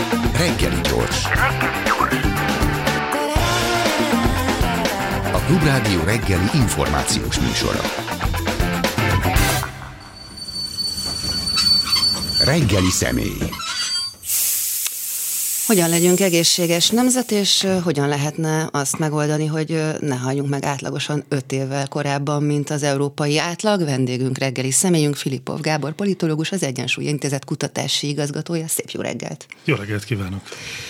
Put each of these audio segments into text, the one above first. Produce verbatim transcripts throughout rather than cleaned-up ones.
Reggeli gyors. A Klubrádió reggeli információs műsora. Reggeli személy. Hogyan legyünk egészséges nemzet, és hogyan lehetne azt megoldani, hogy ne halljunk meg átlagosan öt évvel korábban, mint az európai átlag? Vendégünk, reggeli személyünk, Filipov Gábor politológus, az Egyensúly Intézet kutatási igazgatója. Szép jó reggelt! Jó reggelt kívánok!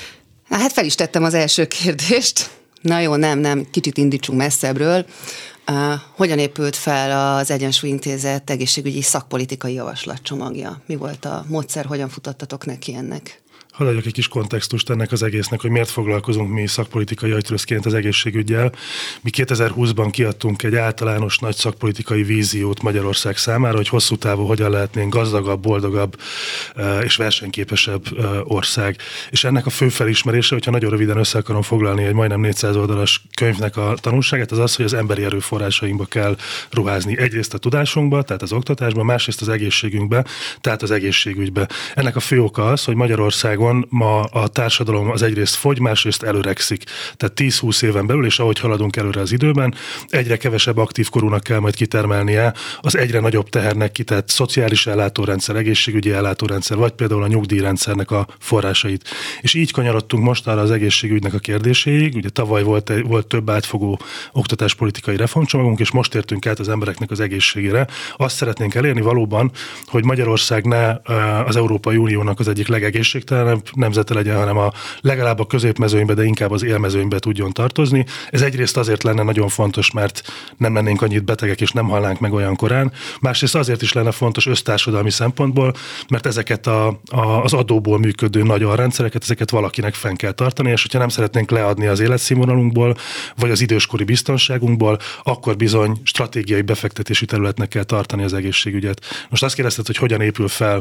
Hát fel is tettem az első kérdést. Na jó, nem, nem, kicsit indítsunk messzebbről. Uh, hogyan épült fel az Egyensúly Intézet egészségügyi szakpolitikai javaslatcsomagja? Mi volt a módszer, hogyan futottatok neki ennek? Hadd adjak egy kis kontextust ennek az egésznek, hogy miért foglalkozunk mi szakpolitikai agytröszként az egészségüggyel. Mi kétezer-húszban kiadtunk egy általános nagy szakpolitikai víziót Magyarország számára, hogy hosszú távú hogyan lehetnénk gazdagabb, boldogabb és versenyképesebb ország. És ennek a fő felismerése, hogyha nagyon röviden össze akarom foglalni egy majdnem négyszáz oldalas könyvnek a tanulságát, az az, hogy az emberi erőforrásainkba kell ruházni. Egyrészt a tudásunkba, tehát az oktatásba, másrészt az egészségünkbe, tehát az egészségügybe. Ennek a fő oka az, hogy Magyarországon ma a társadalom az egyrészt fogy, másrészt előrekszik. Tehát tíz-húsz éven belül, és ahogy haladunk előre az időben, egyre kevesebb aktív korúnak kell majd kitermelnie az egyre nagyobb tehernek kitett szociális ellátórendszer, egészségügyi ellátórendszer, vagy például a nyugdíjrendszernek a forrásait. És így kanyarodtunk mostanra az egészségügynek a kérdéséig. Ugye tavaly volt, volt több átfogó oktatáspolitikai reformcsomagunk, és most értünk át az embereknek az egészségére. Azt szeretnénk elérni valóban, hogy Magyarország ne az Európai Uniónak az egyik legegészségtelenebb nemzete legyen, hanem a legalább a középmezőnybe, de inkább az élmezőnybe tudjon tartozni. Ez egyrészt azért lenne nagyon fontos, mert nem lennénk annyit betegek, és nem halnánk meg olyan korán. Másrészt azért is lenne fontos össztársadalmi szempontból, mert ezeket a, a, az adóból működő nagy alrendszereket, ezeket valakinek fenn kell tartani, és hogyha nem szeretnénk leadni az életszínvonalunkból, vagy az időskori biztonságunkból, akkor bizony stratégiai befektetési területnek kell tartani az egészségügyet. Most azt kérdezted, hogy hogyan épül fel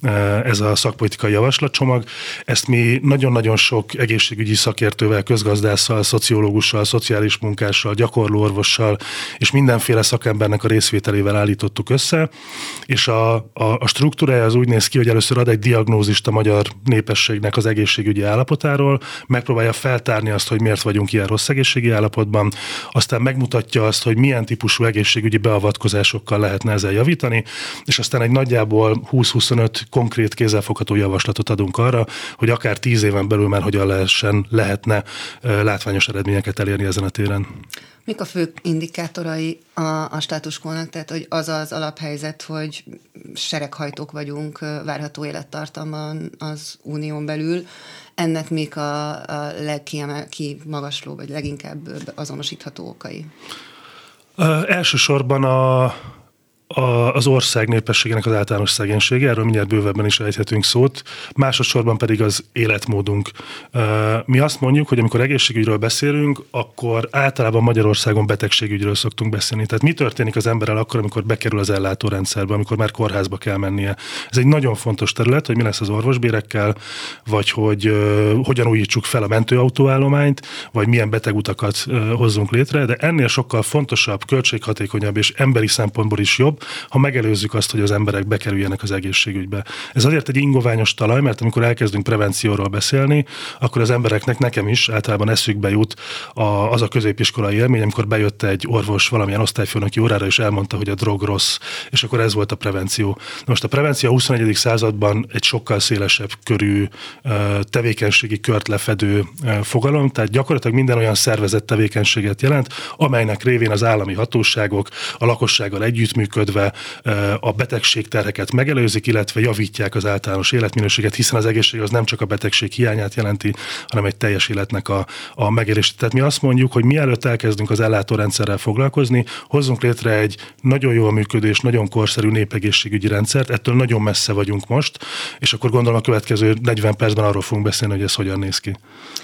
ez a szakpolitikai javaslatcsomag. Ezt mi nagyon-nagyon sok egészségügyi szakértővel, közgazdásszal, szociológussal, szociális munkással, gyakorló orvossal és mindenféle szakembernek a részvételével állítottuk össze, és a, a, a struktúrája az úgy néz ki, hogy először ad egy diagnózist a magyar népességnek az egészségügyi állapotáról, megpróbálja feltárni azt, hogy miért vagyunk ilyen rossz egészségi állapotban, aztán megmutatja azt, hogy milyen típusú egészségügyi beavatkozásokkal lehetne ezzel javítani, és aztán egy nagyjából húsz-huszonöt konkrét kézzelfogható javaslatot adunk arra, hogy akár tíz éven belül már hogyan lehessen, lehetne látványos eredményeket elérni ezen a téren. Mik a fő indikátorai a, a status quo-nak? Tehát, hogy az az alaphelyzet, hogy sereghajtók vagyunk várható élettartamban az unión belül. Ennek mik a, a legkimagasló, vagy leginkább azonosítható okai? Uh, elsősorban a az ország népességének az általános szegénysége, erről mindjárt bővebben is ejthetünk szót, másodszorban pedig az életmódunk. Mi azt mondjuk, hogy amikor egészségügyről beszélünk, akkor általában Magyarországon betegségügyről szoktunk beszélni. Tehát mi történik az emberrel akkor, amikor bekerül az ellátórendszerbe, amikor már kórházba kell mennie. Ez egy nagyon fontos terület, hogy mi lesz az orvosbérekkel, vagy hogy uh, hogyan újítsuk fel a mentőautóállományt, vagy milyen betegutakat uh, hozzunk létre, de ennél sokkal fontosabb, költséghatékonyabb és emberi szempontból is jobb, ha megelőzzük azt, hogy az emberek bekerüljenek az egészségügybe. Ez azért egy ingoványos talaj, mert amikor elkezdünk prevencióról beszélni, akkor az embereknek, nekem is általában eszükbe jut a, az a középiskolai élmény, amikor bejött egy orvos valamilyen osztályfőnöki órára, és elmondta, hogy a drog rossz, és akkor ez volt a prevenció. Most a prevenció a huszonegyedik században egy sokkal szélesebb körű tevékenységi kört lefedő fogalom, tehát gyakorlatilag minden olyan szervezett tevékenységet jelent, amelynek révén az állami hatóságok a lakossággal együttműködve a betegségterheket megelőzik, illetve javítják az általános életminőséget, hiszen az egészség az nem csak a betegség hiányát jelenti, hanem egy teljes életnek a, a megélését. Tehát mi azt mondjuk, hogy mielőtt elkezdünk az ellátórendszerrel foglalkozni, hozzunk létre egy nagyon jól működő és nagyon korszerű népegészségügyi rendszert, ettől nagyon messze vagyunk most, és akkor gondolom a következő negyven percben arról fogunk beszélni, hogy ez hogyan néz ki.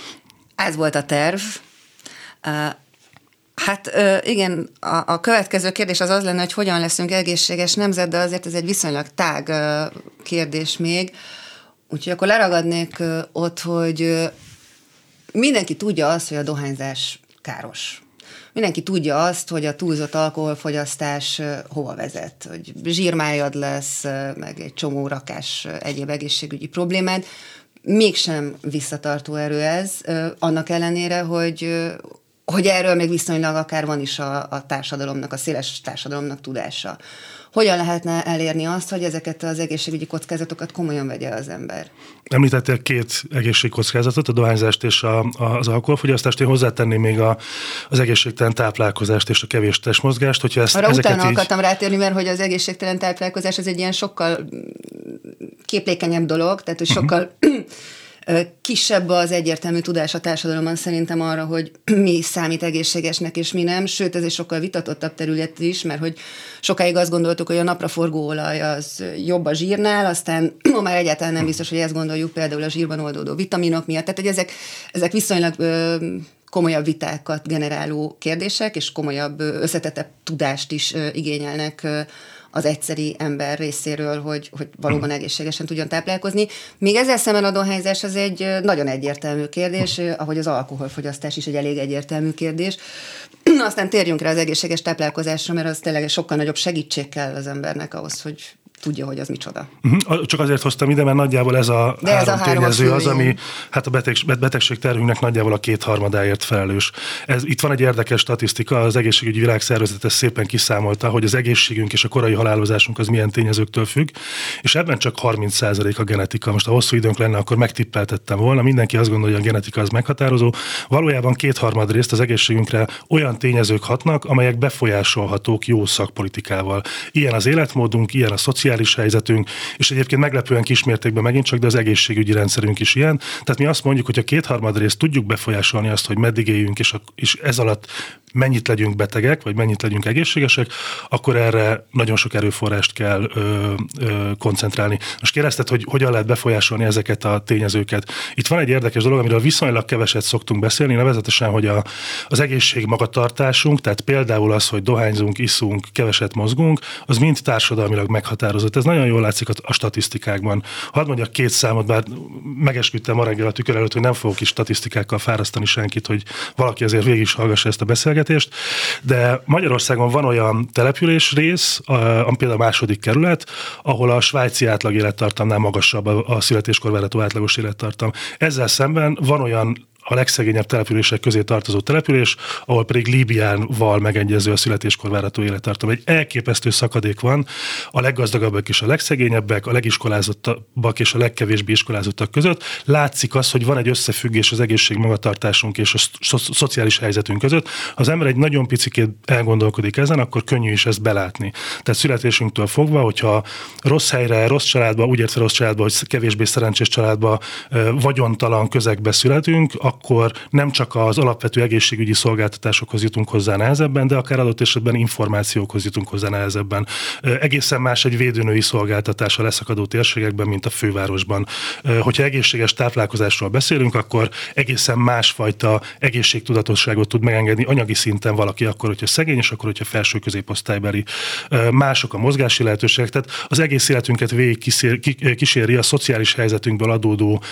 Ez volt a terv. Uh... Hát igen, a, a következő kérdés az az lenne, hogy hogyan leszünk egészséges nemzet, de azért ez egy viszonylag tág kérdés még. Úgyhogy akkor leragadnék ott, hogy mindenki tudja azt, hogy a dohányzás káros. Mindenki tudja azt, hogy a túlzott alkoholfogyasztás hova vezet, hogy zsírmájad lesz, meg egy csomó rakás egyéb egészségügyi problémád. mégsem visszatartó erő ez, annak ellenére, hogy, hogy erről még viszonylag akár van is a, a társadalomnak, a széles társadalomnak tudása. Hogyan lehetne elérni azt, hogy ezeket az egészségügyi kockázatokat komolyan vegye az ember? Említettél két egészségkockázatot, a dohányzást és a, a, az alkoholfogyasztást. Én hozzátenném még a, az egészségtelen táplálkozást és a kevés testmozgást. Hogyha ezt, Arra ezeket utána így... akartam rátérni, mert hogy az egészségtelen táplálkozás az egy ilyen sokkal képlékenyebb dolog, tehát hogy sokkal kisebb az egyértelmű tudás a társadalomban szerintem arra, hogy mi számít egészségesnek és mi nem, sőt ez egy sokkal vitatottabb terület is, mert hogy sokáig azt gondoltuk, hogy a napraforgó olaj az jobb a zsírnál, aztán ma már egyáltalán nem biztos, hogy ezt gondoljuk például a zsírban oldódó vitaminok miatt, tehát hogy ezek, ezek viszonylag ö, komolyabb vitákat generáló kérdések, és komolyabb, összetettebb tudást is ö, igényelnek ö, az egyszeri ember részéről, hogy, hogy valóban egészségesen tudjon táplálkozni. Még ezzel szemben a dohányzás az egy nagyon egyértelmű kérdés, ahogy az alkoholfogyasztás is egy elég egyértelmű kérdés. Aztán térjünk rá az egészséges táplálkozásra, mert az tényleg sokkal nagyobb segítség kell az embernek ahhoz, hogy tudja, hogy az micsoda. Uh-huh. Csak azért hoztam ide, mert nagyjából ez a De három, ez a három tényező az, ami igen. hát a beteg, betegségterhünknek nagyjából a kétharmadáért felelős. Ez, itt van egy érdekes statisztika, az Egészségügyi Világszervezet ezt szépen kiszámolta, hogy az egészségünk és a korai halálozásunk az milyen tényezőktől függ, és ebben csak harminc százalék a genetika. Most ha hosszú időnk lenne, akkor megtippeltettem volna. Mindenki azt gondolja, hogy a genetika az meghatározó. Valójában kétharmad részt az egészségünkre olyan tényezők hatnak, amelyek befolyásolhatók jó szakpolitikával. Ilyen az életmódunk, ilyen a szociális helyzetünk, és egyébként meglepően kismértékben megint csak, de az egészségügyi rendszerünk is ilyen. Tehát mi azt mondjuk, hogy a kétharmad részt tudjuk befolyásolni azt, hogy meddig éljünk, és, a, és ez alatt mennyit legyünk betegek, vagy mennyit legyünk egészségesek, akkor erre nagyon sok erőforrást kell ö, ö, koncentrálni. Most kérdezted, hogy hogyan lehet befolyásolni ezeket a tényezőket. Itt van egy érdekes dolog, amiről viszonylag keveset szoktunk beszélni, nevezetesen, hogy a, az egészség magatartásunk, tehát például az, hogy dohányzunk, iszunk, keveset mozgunk, az mind társadalmilag meghatározott. Ez nagyon jól látszik a, a statisztikákban. Hadd mondjak két számot, bár megesküdtem ma reggel a tükör előtt, hogy nem fogok is statisztikákkal fárasztani senkit, hogy valaki azért végig is hallgassa ezt a beszélgetést. De Magyarországon van olyan település rész, ami például a második kerület, ahol a svájci átlag élettartamnál magasabb a születéskor várható átlagos élettartam. Ezzel szemben van olyan a legszegényebb települések közé tartozó település, ahol pedig Líbiával megegyező a születéskor várható élettartam. Egy elképesztő szakadék van a leggazdagabbak és a legszegényebbek, a legiskolázottabbak és a legkevésbé iskolázottak között. Látszik az, hogy van egy összefüggés az egészség magatartásunk és a szo- szociális helyzetünk között. Ha az ember egy nagyon picikét elgondolkodik ezen, akkor könnyű is ezt belátni. Tehát születésünktől fogva, hogyha rossz helyre, rossz családba, úgy értve rossz családba, hogy kevésbé szerencsés családba, vagyontalan közegbe születünk, akkor nem csak az alapvető egészségügyi szolgáltatásokhoz jutunk hozzá nehezebben, de akár adott esetben információkhoz jutunk hozzá nehezebben. Egészen más egy védőnői szolgáltatás a leszakadó térségekben, mint a fővárosban. Hogyha egészséges táplálkozásról beszélünk, akkor egészen másfajta egészségtudatosságot tud megengedni anyagi szinten valaki akkor, hogyha szegény, és akkor, hogyha felső középosztálybeli. Mások a mozgási lehetőségek, tehát az egész életünket végig kíséri a szociális helyzetünkből adódó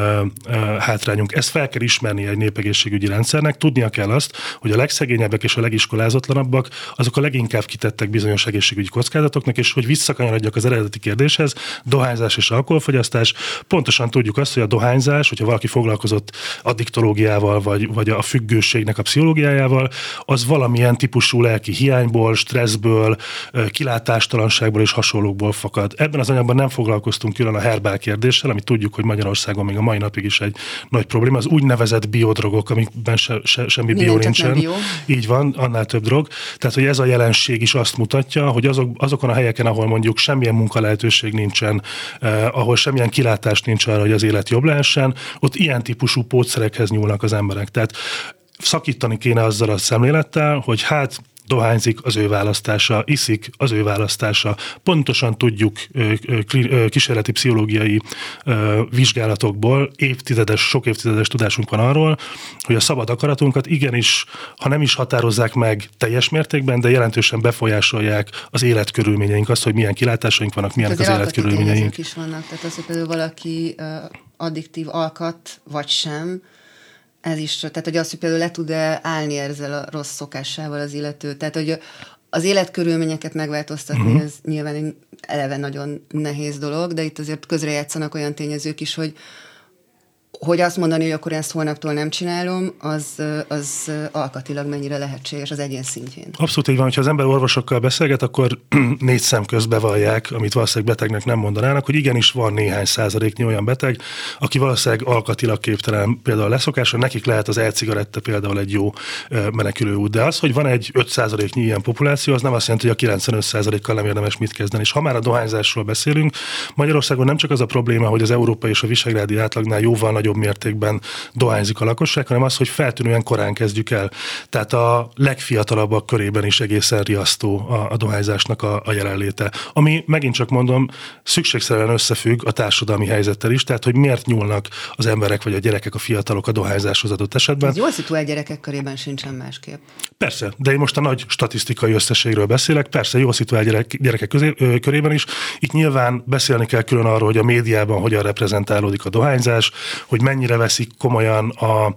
hátrányunk. Ezt fel kell ismerni egy népegészségügyi rendszernek, tudnia kell azt, hogy a legszegényebbek és a legiskolázotlanabbak azok a leginkább kitettek bizonyos egészségügyi kockázatoknak, és hogy visszakanyarodjak az eredeti kérdéshez, dohányzás és alkoholfogyasztás. Pontosan tudjuk azt, hogy a dohányzás, hogyha valaki foglalkozott addiktológiával, vagy, vagy a függőségnek a pszichológiájával, az valamilyen típusú lelki hiányból, stresszből, kilátástalanságból és hasonlókból fakad. Ebben az anyagban nem foglalkoztunk külön a herbál kérdéssel, ami tudjuk, hogy Magyarországon még a mai napig is egy nagy probléma, az úgynevezett biodrogok, amikben se, se, semmi bio nincsen. Bio. Így van, annál több drog. Tehát, hogy ez a jelenség is azt mutatja, hogy azok, azokon a helyeken, ahol mondjuk semmilyen munkalehetőség nincsen, eh, ahol semmilyen kilátás nincs arra, hogy az élet jobb lehessen, ott ilyen típusú pótszerekhez nyúlnak az emberek. Tehát szakítani kéne azzal a szemlélettel, hogy hát dohányzik, az ő választása, iszik, az ő választása. Pontosan tudjuk kísérleti pszichológiai vizsgálatokból, évtizedes, sok évtizedes tudásunk van arról, hogy a szabad akaratunkat igenis, ha nem is határozzák meg teljes mértékben, de jelentősen befolyásolják az életkörülményeink, azt, hogy milyen kilátásaink vannak, milyenek az életkörülményeink. Is vannak, tehát az, hogy például valaki addiktív alkat, vagy sem, ez is, tehát hogy azt, hogy például le tud-e állni ezzel a rossz szokásával az illető. Tehát, hogy az életkörülményeket megváltoztatni, uh-huh. ez nyilván eleve nagyon nehéz dolog, de itt azért közrejátszanak olyan tényezők is, hogy hogy azt mondani, hogy akkor ezt holnaptól nem csinálom, az, az alkatilag mennyire lehetséges az egyén szintjén. Abszolút így van, hogyha az ember orvosokkal beszélget, akkor négy szem közt bevallják, amit valószínűleg betegnek nem mondanának, hogy igenis van néhány százaléknyi olyan beteg, aki valószínűleg alkatilag képtelen például leszokásra, nekik lehet az e-cigaretta például egy jó menekülő út. De az, hogy van egy öt százaléknyi ilyen populáció, az nem azt jelenti, hogy a kilencvenöt százalékkal nem érdemes mit kezdeni. És ha már a dohányzásról beszélünk, Magyarországon nem csak az a probléma, hogy az európai és a visegrádi átlagnál jóval nagyobb mértékben dohányzik a lakosság, hanem az, hogy feltűnően korán kezdjük el. Tehát a legfiatalabbak körében is egészen riasztó a, a dohányzásnak a, a jelenléte. Ami megint csak mondom, szükségszerűen összefügg a társadalmi helyzettel is, tehát hogy miért nyúlnak az emberek vagy a gyerekek, a fiatalok a dohányzáshoz adott esetben. Ez jól szituált gyerekek körében sincsen másképp. Persze, de én most a nagy statisztikai összességről beszélek, persze jól szituált gyerek, gyerekek közé, ö, körében is. Itt nyilván beszélni kell külön arról, hogy a médiában hogyan reprezentálódik a dohányzás, hogy mennyire veszik komolyan a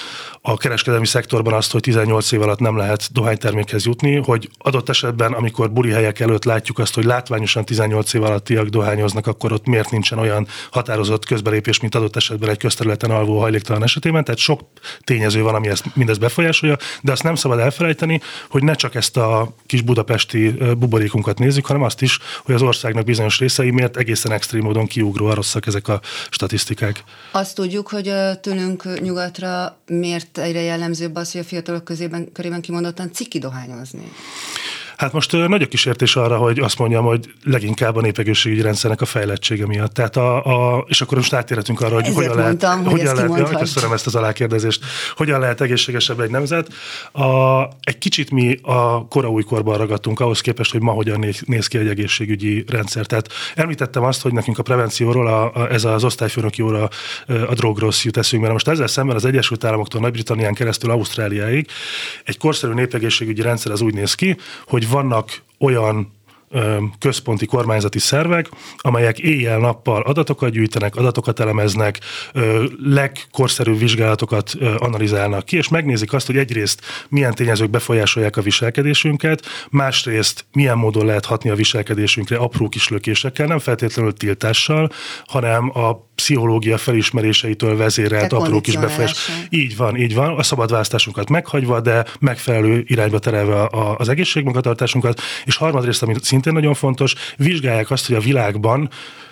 a kereskedelmi szektorban azt, hogy tizennyolc év alatt nem lehet dohánytermékhez jutni, hogy adott esetben, amikor buli helyek előtt látjuk azt, hogy látványosan tizennyolc év alattiak dohányoznak, akkor ott miért nincsen olyan határozott közbelépés, mint adott esetben egy közterületen alvó hajléktalan esetében. Tehát sok tényező van, ami ezt, mindezt befolyásolja, de azt nem szabad elfelejteni, hogy ne csak ezt a kis budapesti buborékunkat nézzük, hanem azt is, hogy az országnak bizonyos részei miért egészen extrém módon kiugróan rosszak ezek a statisztikák. Azt tudjuk, hogy tőlünk nyugatra miért egyre jellemzőbb az, hogy a fiatalok közében, körében kimondottan ciki dohányozni. Hát most nagy a kísértés arra, hogy azt mondjam, hogy leginkább a népegészségügyi rendszernek a fejlettsége miatt. Tehát a, a, és akkor most átérhetünk arra, hogy ezért hogyan mondtam, lehet... hogy hogyan lehet ja, köszönöm ezt az alákérdezést. Hogyan lehet egészségesebb egy nemzet? A, egy kicsit mi a kora újkorban ragadtunk ahhoz képest, hogy ma hogyan néz, néz ki egy egészségügyi rendszer. Tehát említettem azt, hogy nekünk a prevencióról, a, a, ez az osztályfőnöki óra a drogrossz jut eszünkbe. Most ezzel szemben az Egyesült Államoktól Nagy-Britannián keresztül Ausztráliáig egy korszerű népegészségügyi rendszer az úgy néz ki, hogy vannak olyan ö, központi kormányzati szervek, amelyek éjjel-nappal adatokat gyűjtenek, adatokat elemeznek, ö, legkorszerűbb vizsgálatokat ö, analizálnak ki, és megnézik azt, hogy egyrészt milyen tényezők befolyásolják a viselkedésünket, másrészt milyen módon lehet hatni a viselkedésünkre apró kis lökésekkel, nem feltétlenül tiltással, hanem a pszichológia felismeréseitől vezérelt apró kis befolyás. Így van, így van. A szabad választásunkat meghagyva, de megfelelő irányba terelve a, az egészségmagatartásunkat. És harmadrészt, ami szintén nagyon fontos, vizsgálják azt, hogy a világban,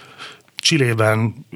Chilében,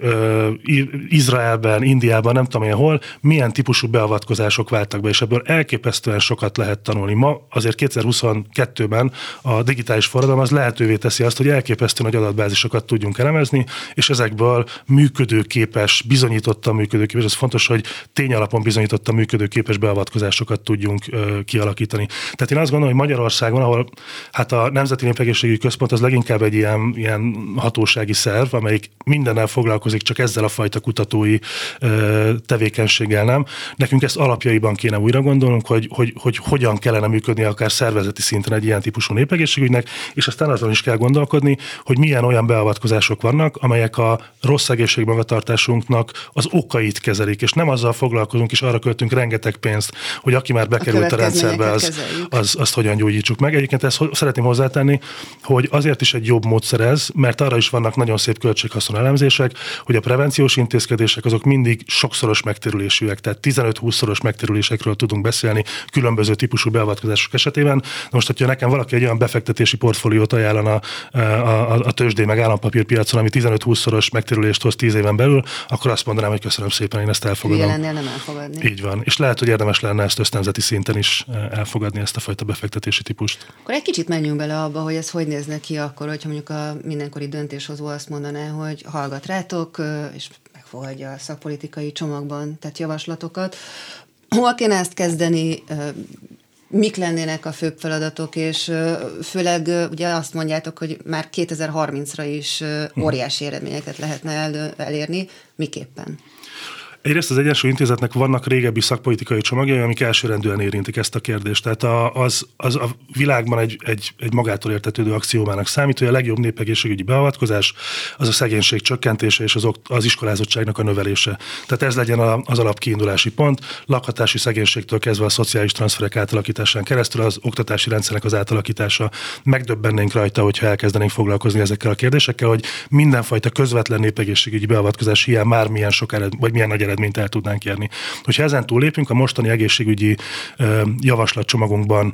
Izraelben, Indiában, nem tudom én hol, milyen típusú beavatkozások váltak be, és ebből elképesztően sokat lehet tanulni. Ma azért kétezer-huszonkettőben a digitális forradalom az lehetővé teszi azt, hogy elképesztően nagy adatbázisokat tudjunk elemezni, és ezekből működőképes, bizonyítottan működőképes, ez fontos, hogy tényalapon bizonyítottan működőképes beavatkozásokat tudjunk ö, kialakítani. Tehát én azt gondolom, hogy Magyarországon, ahol hát a Nemzeti Népegészségügyi Központ az leginkább egy ilyen, ilyen hatósági szerv, amelyik mindennel foglalkozik, csak ezzel a fajta kutatói ö, tevékenységgel nem. Nekünk ezt alapjaiban kéne újra gondolnunk, hogy, hogy, hogy hogyan kellene működni akár szervezeti szinten egy ilyen típusú népegészségügynek, és aztán azon is kell gondolkodni, hogy milyen olyan beavatkozások vannak, amelyek a rossz egészségmagatartásunknak az okait kezelik, és nem azzal foglalkozunk, és arra költünk rengeteg pénzt, hogy aki már bekerült a, a rendszerbe, az, az, azt hogyan gyógyítsuk meg. Egyébként ezt szeretném hozzátenni, hogy azért is egy jobb módszer ez, mert arra is vannak nagyon szép költséghaszon elemzések, hogy a prevenciós intézkedések azok mindig sokszoros megtérülésűek, tehát tizenöt-húszszoros megtérülésekről tudunk beszélni különböző típusú beavatkozások esetében. Na most, hogyha nekem valaki egy olyan befektetési portfóliót ajánlana a, a, a tőzsdén meg állampapírpiacon, ami tizenöt-húszszoros megtérülést hoz tíz éven belül, akkor azt mondanám, hogy köszönöm szépen, én ezt elfogadom. Jelennél nem elfogadni. Így van. És lehet, hogy érdemes lenne ezt össznemzeti szinten is elfogadni, ezt a fajta befektetési típust. Akkor egy kicsit menjünk bele abba, hogy ez hogy néz neki akkor, hogyha mondjuk a mindenkori döntéshozó azt mondaná, hogy hallgat rátok, és megfogadja a szakpolitikai csomagban tett javaslatokat. Hol kéne ezt kezdeni, mik lennének a főbb feladatok, és főleg ugye azt mondjátok, hogy már kétezer-harmincra is óriási eredményeket lehetne el, elérni. Miképpen? Egyrészt az Egyensúly Intézetnek vannak régebbi szakpolitikai csomagjai, amik elsőrendűen érintik ezt a kérdést. Tehát a, az, az a világban egy, egy, egy magától értetődő axiómának számít, hogy a legjobb népegészségügyi beavatkozás az a szegénység csökkentése és az, az iskolázottságnak a növelése. Tehát ez legyen a, az alapkiindulási pont, lakhatási szegénységtől kezdve a szociális transferek átalakításán keresztül az oktatási rendszernek az átalakítása. Megdöbbennénk rajta, hogyha elkezdenénk foglalkozni ezekkel a kérdésekkel, hogy mindenfajta közvetlen népegészségügyi beavatkozás hiány már milyen sok ered, vagy milyen nagy eredményt el tudnánk érni. Hogyha ezen túllépünk, a mostani egészségügyi javaslatcsomagunkban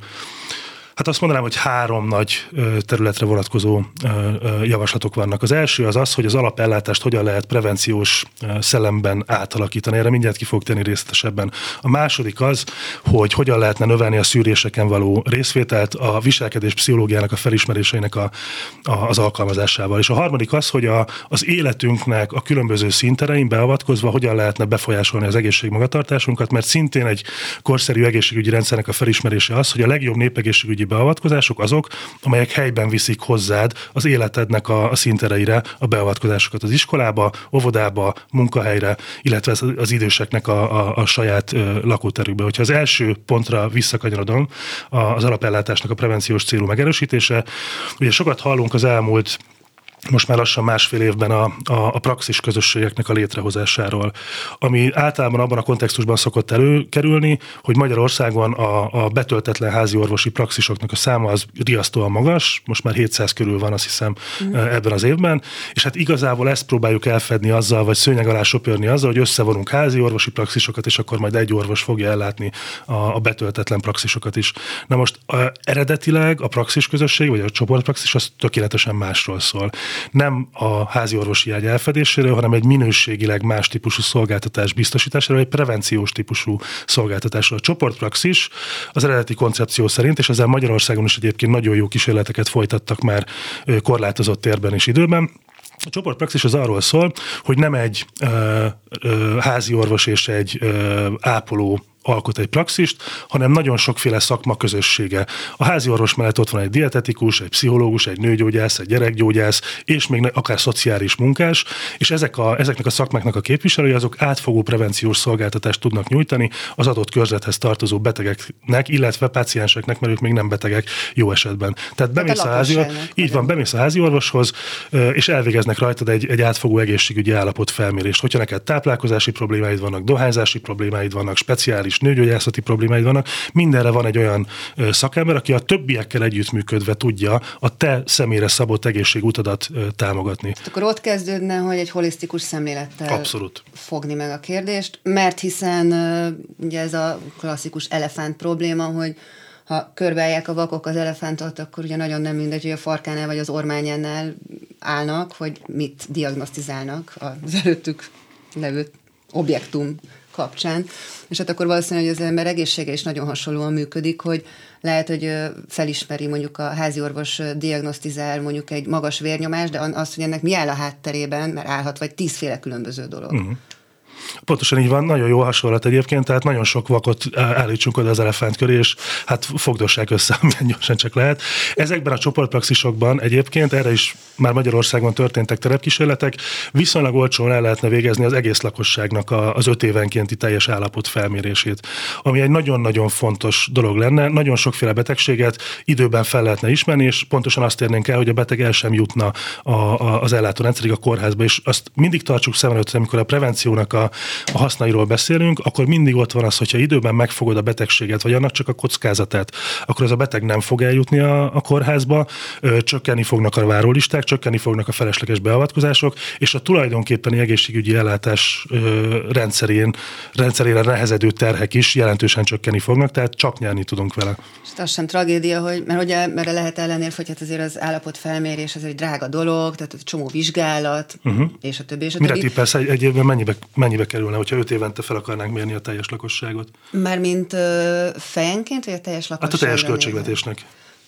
hát azt mondanám, hogy három nagy területre vonatkozó javaslatok vannak. Az első az az, hogy az alapellátást hogyan lehet prevenciós szellemben átalakítani. Erre mindjárt ki fog tenni részletesebben. A második az, hogy hogyan lehetne növelni a szűréseken való részvételt a viselkedés pszichológiának a felismeréseinek a, a, az alkalmazásával. És a harmadik az, hogy a, az életünknek a különböző szinterein beavatkozva hogyan lehetne befolyásolni az egészségmagatartásunkat, mert szintén egy korszerű egészségügyi rendszernek a felismerése az, hogy a legjobb népegészségügyi beavatkozások azok, amelyek helyben viszik hozzád az életednek a, a szintereire a beavatkozásokat az iskolába, óvodába, munkahelyre, illetve az időseknek a, a, a saját ö, lakóterükbe. Hogyha az első pontra visszakanyarodom, az alapellátásnak a prevenciós célú megerősítése, ugye sokat hallunk az elmúlt most már lassan másfél évben a, a, a praxis közösségeknek a létrehozásáról, ami általában abban a kontextusban szokott előkerülni, hogy Magyarországon a, a betöltetlen házi orvosi praxisoknak a száma az riasztóan magas, most már hétszáz körül van, azt hiszem, mm. ebben az évben, és hát igazából ezt próbáljuk elfedni azzal, vagy szőnyeg alá söpörni azzal, hogy összevonunk házi orvosi praxisokat, és akkor majd egy orvos fogja ellátni a, a betöltetlen praxisokat is. Na most a, eredetileg a praxis közösség, vagy a csoportpraxis az tökéletesen másról szól. Nem a házi orvosi ágy elfedéséről, hanem egy minőségileg más típusú szolgáltatás biztosításáról, egy prevenciós típusú szolgáltatásról. A csoportpraxis az eredeti koncepció szerint, és ezzel Magyarországon is egyébként nagyon jó kísérleteket folytattak már korlátozott térben és időben. A csoportpraxis az arról szól, hogy nem egy ö, ö, házi orvos és egy ö, ápoló alkot egy praxist, hanem nagyon sokféle szakma közössége. A házi orvos mellett ott van egy dietetikus, egy pszichológus, egy nőgyógyász, egy gyerekgyógyász, és még akár szociális munkás, és ezek a, ezeknek a szakmáknak a képviselői azok átfogó prevenciós szolgáltatást tudnak nyújtani az adott körzethez tartozó betegeknek, illetve pácienseknek, mert ők még nem betegek jó esetben. Tehát bemész a, a házi, így van, bemész a házi orvoshoz, és elvégeznek rajtad egy, egy átfogó egészségügyi állapot felmérést. Hogyha neked táplálkozási problémáid vannak, dohányzási problémáid vannak, speciális nőgyógyászati problémáid vannak, mindenre van egy olyan szakember, aki a többiekkel együttműködve tudja a te személyre szabott egészségutadat támogatni. Akkor ott kezdődne, hogy egy holisztikus szemlélettel Abszolút. fogni meg a kérdést, mert hiszen ugye ez a klasszikus elefánt probléma, hogy ha körbeállják a vakok az elefántot, akkor ugye nagyon nem mindegy, hogy a farkánál vagy az ormányánál állnak, hogy mit diagnosztizálnak az előttük levő objektum kapcsán, és hát akkor valószínűleg, hogy az ember egészsége is nagyon hasonlóan működik, hogy lehet, hogy felismeri mondjuk a háziorvos diagnosztizál mondjuk egy magas vérnyomást, de az, hogy ennek mi áll a hátterében, mert állhat vagy tízféle különböző dolog. Uh-huh. Pontosan így van, nagyon jó hasonlat egyébként, tehát nagyon sok vakot állítsunk oda az elefánt köré, és hát fogdossák össze, amilyen gyorsan csak lehet. Ezekben a csoportpraxisokban egyébként erre is már Magyarországon történtek terepkísérletek, viszonylag olcsón el lehetne végezni az egész lakosságnak a, az öt évenkénti teljes állapot felmérését, ami egy nagyon-nagyon fontos dolog lenne. Nagyon sokféle betegséget időben fel lehetne ismerni, és pontosan azt érnénk el, hogy a beteg el sem jutna a, a, az ellátórendszerig a kórházba, és azt mindig tartsuk szem előtt, amikor a prevenciónak a a hasznairól beszélünk, akkor mindig ott van az, hogyha időben megfogod a betegséget, vagy annak csak a kockázatát, akkor az a beteg nem fog eljutni a, a kórházba, ö, csökkenni fognak a várólisták, csökkenni fognak a felesleges beavatkozások, és a tulajdonképpeni egészségügyi ellátás ö, rendszerén, rendszerére nehezedő terhek is jelentősen csökkenni fognak, tehát csak nyerni tudunk vele. És az sem tragédia, hogy, mert ugye mert lehet ellenérv, hogy hát azért az állapotfelmérés az egy drága dolog, tehát egy csomó vizsgálat, uh-huh. és a többi, és a Mire többi. tippelsz, egy, egy évben mennyibe, mennyibe kerülne, hogyha öt évente fel akarnánk mérni a teljes lakosságot? Mármint ö, fejenként, vagy a teljes lakosságra? Hát a teljes költségvetésnek.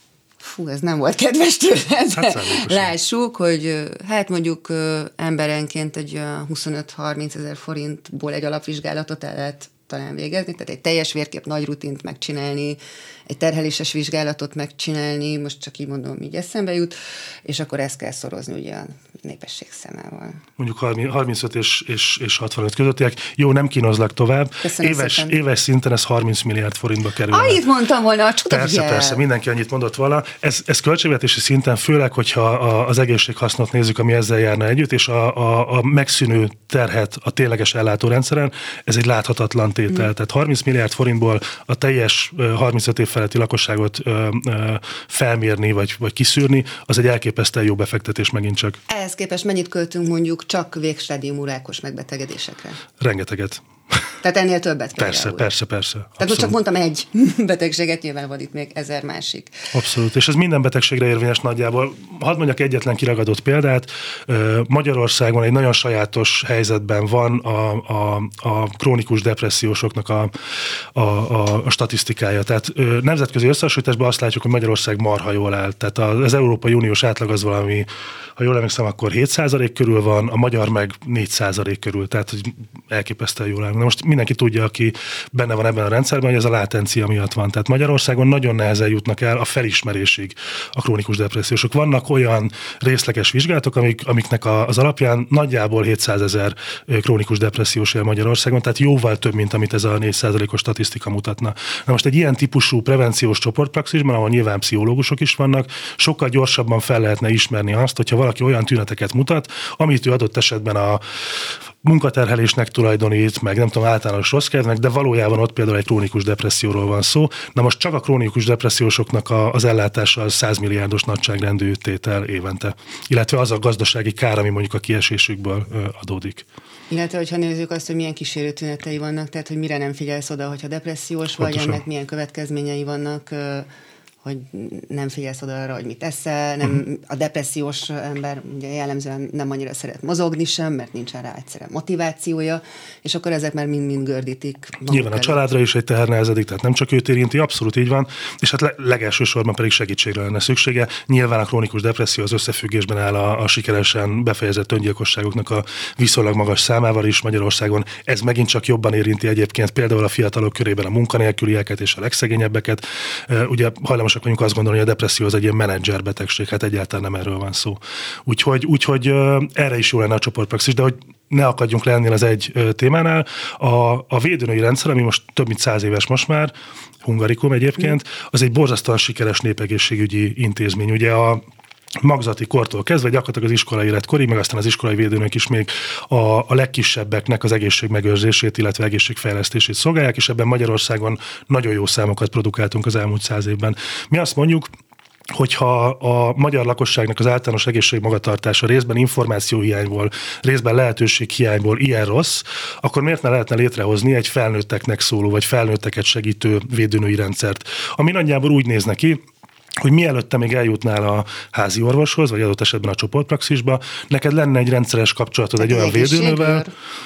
Fú, ez nem volt kedves tőled. Hát lássuk, hogy hát mondjuk ö, emberenként egy huszonöt-harminc ezer forintból egy alapvizsgálatot el lehet talán végezni, tehát egy teljes vérkép nagy rutint megcsinálni, egy terheléses vizsgálatot megcsinálni, most csak így mondom, így eszembe jut, és akkor ezt kell szorozni ugye a népesség számával. Mondjuk harmincöt és, és, és hatvanöt közöttiek. Jó, nem kínozlak tovább. Éves, éves szinten ez harminc milliárd forintba kerül. Annyit mondtam volna, a csuda. Persze, jel. persze, mindenki annyit mondott vala. Ez, ez költségvetési szinten, főleg, hogyha a, az egészséghasznot nézzük, ami ezzel járna együtt, és a, a, a megszűnő terhet a tényleges ellátórendszeren, ez egy láthatatlan tétel. Mm. Tehát harminc milliárd forintból a teljes harmincöt év feletti lakosságot ö, ö, felmérni, vagy, vagy kiszűrni, az egy elképesztően jó befektetés megint csak. Ehhez képest mennyit költünk mondjuk csak végstádiumú rákos megbetegedésekre? Rengeteget. Tehát ennél többet például. Persze, persze, persze. Tehát abszolút. Most csak mondtam egy betegséget, nyilván van itt még ezer másik. Abszolút, és ez minden betegségre érvényes nagyjából. Hadd mondjak egyetlen kiragadott példát. Magyarországon egy nagyon sajátos helyzetben van a, a, a krónikus depressziósoknak a, a, a, a statisztikája. Tehát nemzetközi összehasonlításban azt látjuk, hogy Magyarország marha jól áll. Tehát az Európai Uniós átlag az valami, ha jól emlékszem, akkor hét százalék körül van, a magyar meg négy százalék körül. Tehát hogy elképesztően jól áll. Na most mindenki tudja, aki benne van ebben a rendszerben, hogy ez a látencia miatt van. Tehát Magyarországon nagyon nehezen jutnak el a felismerésig a krónikus depressziósok. Vannak olyan részleges vizsgálatok, amik, amiknek a, az alapján nagyjából hétszázezer krónikus depressziós él Magyarországon, tehát jóval több, mint amit ez a négy százalékos statisztika mutatna. Na most egy ilyen típusú prevenciós csoportpraxisban, ahol nyilván pszichológusok is vannak, sokkal gyorsabban fel lehetne ismerni azt, hogyha valaki olyan tüneteket mutat, amit ő adott esetben a munkaterhelésnek tulajdonít, meg nem tudom, általános rossz kedvnek, de valójában ott például egy krónikus depresszióról van szó. Na most csak a krónikus depressziósoknak a, az ellátása az száz milliárdos nagyságrendű tétel évente. Illetve az a gazdasági kár, ami mondjuk a kiesésükből adódik. Illetve, hogyha nézzük azt, hogy milyen kísérő tünetei vannak, tehát hogy mire nem figyelsz oda, hogyha depressziós vagy, Pontosan. Ennek milyen következményei vannak, hogy nem figyelsz oda arra, hogy mit eszel, nem, uh-huh. a depressziós ember ugye jellemzően nem annyira szeret mozogni sem, mert nincsen rá egyszerűen motivációja, és akkor ezek már mind-mind gördítik. Nyilván a családra is egy teher nehezedik, tehát nem csak őt érinti, abszolút így van, és hát legelső sorban pedig segítségre lenne szüksége. Nyilván a krónikus depresszió az összefüggésben áll a, a sikeresen befejezett öngyilkosságoknak a viszonylag magas számával is Magyarországon. Ez megint csak jobban érinti egyébként például a fiatalok körében a munkanélkülieket és a legszegényebbeket. Ugye hajlamos mondjuk azt gondolni, hogy a depresszió az egy ilyen menedzserbetegség, hát egyáltalán nem erről van szó. Úgyhogy, úgyhogy erre is jó lenne a csoportpraxis, de hogy ne akadjunk le ennél az egy témánál. A, a védőnői rendszer, ami most több mint száz éves most már, Hungarikum egyébként, az egy borzasztóan sikeres népegészségügyi intézmény. Ugye a magzati kortól kezdve, gyakorlatilag az iskolai életkorig, meg aztán az iskolai védőnök is még a, a legkisebbeknek az egészségmegőrzését, illetve egészségfejlesztését szolgálják, és ebben Magyarországon nagyon jó számokat produkáltunk az elmúlt száz évben. Mi azt mondjuk, hogyha a magyar lakosságnak az általános egészség magatartása részben információhiányból, részben lehetőséghiányból ilyen rossz, akkor miért ne lehetne létrehozni egy felnőtteknek szóló, vagy felnőtteket segítő védőnői rendszert, ami nagyjából úgy néz neki, hogy mielőtt te még eljutnál a házi orvoshoz, vagy adott esetben a csoportpraxisba, neked lenne egy rendszeres kapcsolatod egy olyan védőnővel.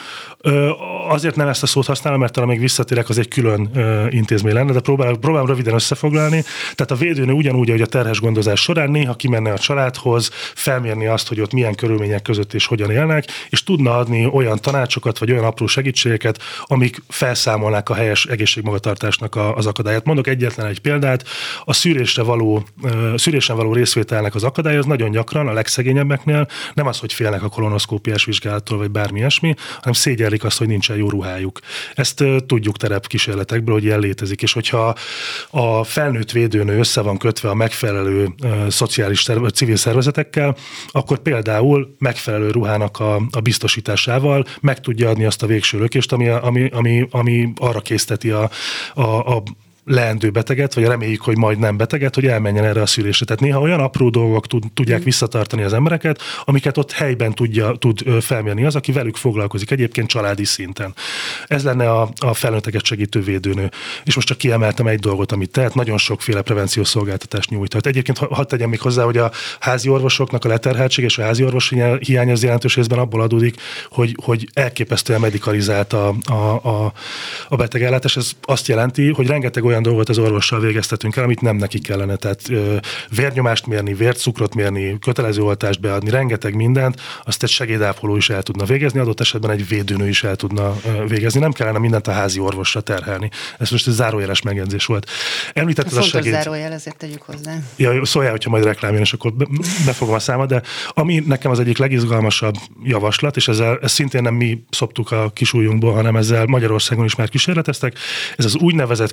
Azért nem ezt a szót használom, mert talán még visszatérek, az egy külön uh, intézmény lenne, de próbálom, próbálom röviden összefoglalni. Tehát a védőnő ugyanúgy, ahogy a terhes gondozás során néha kimenne a családhoz, felmérni azt, hogy ott milyen körülmények között és hogyan élnek, és tudna adni olyan tanácsokat, vagy olyan apró segítségeket, amik felszámolnák a helyes egészségmagatartásnak a, az akadályát. Mondok egyetlen egy példát, a szűrésre való, uh, szűrésen való részvételnek az akadály az nagyon gyakran a legszegényebbeknél nem az, hogy félnek a kolonoszkópiás vizsgálattól, vagy bármi ilyesmi, hanem szégyen azt, hogy nincsen jó ruhájuk. Ezt uh, tudjuk terepkísérletekből, hogy ilyen létezik, és hogyha a felnőtt védőnő össze van kötve a megfelelő uh, szociális szerve, civil szervezetekkel, akkor például megfelelő ruhának a, a biztosításával meg tudja adni azt a végső lökést, ami, ami, ami, ami arra készteti a, a, a leendő beteget, vagy reméljük, hogy majd nem beteget, hogy elmenjen erre a szülésre. Tehát néha olyan apró dolgok tud, tudják visszatartani az embereket, amiket ott helyben tudja, tud felmérni az, aki velük foglalkozik, egyébként családi szinten. Ez lenne a, a felnőtteket segítő védőnő. És most csak kiemeltem egy dolgot, amit tehet, nagyon sokféle prevenciós szolgáltatást nyújtott. Egyébként hadd tegyem még hozzá, hogy a házi orvosoknak a leterheltség és a házi orvos hiány az jelentős részben abból adódik, hogy, hogy elképesztően medikalizált a, a, a, a betegellátás. Ez azt jelenti, hogy rengeteg olyan dolgot az orvossal végeztetünk el, amit nem neki kellene. Tehát ö, vérnyomást mérni, vércukrot mérni, kötelező oltást beadni, rengeteg mindent, azt egy segédápoló is el tudna végezni, adott esetben egy védőnő is el tudna ö, végezni. Nem kellene mindent a házi orvosra terhelni. Ez most egy zárójeles megjegyzés volt. Említetted a segéd... zárójel, ezért tegyük hozzá. Ja, szóljál, hogyha majd reklám jön, és akkor befogom a számat, de ami nekem az egyik legizgalmasabb javaslat, és ezzel ezt szintén nem mi szoptuk a kisújunkból, hanem ezzel Magyarországon is már kísérleteztek, ez az úgynevezett közösségi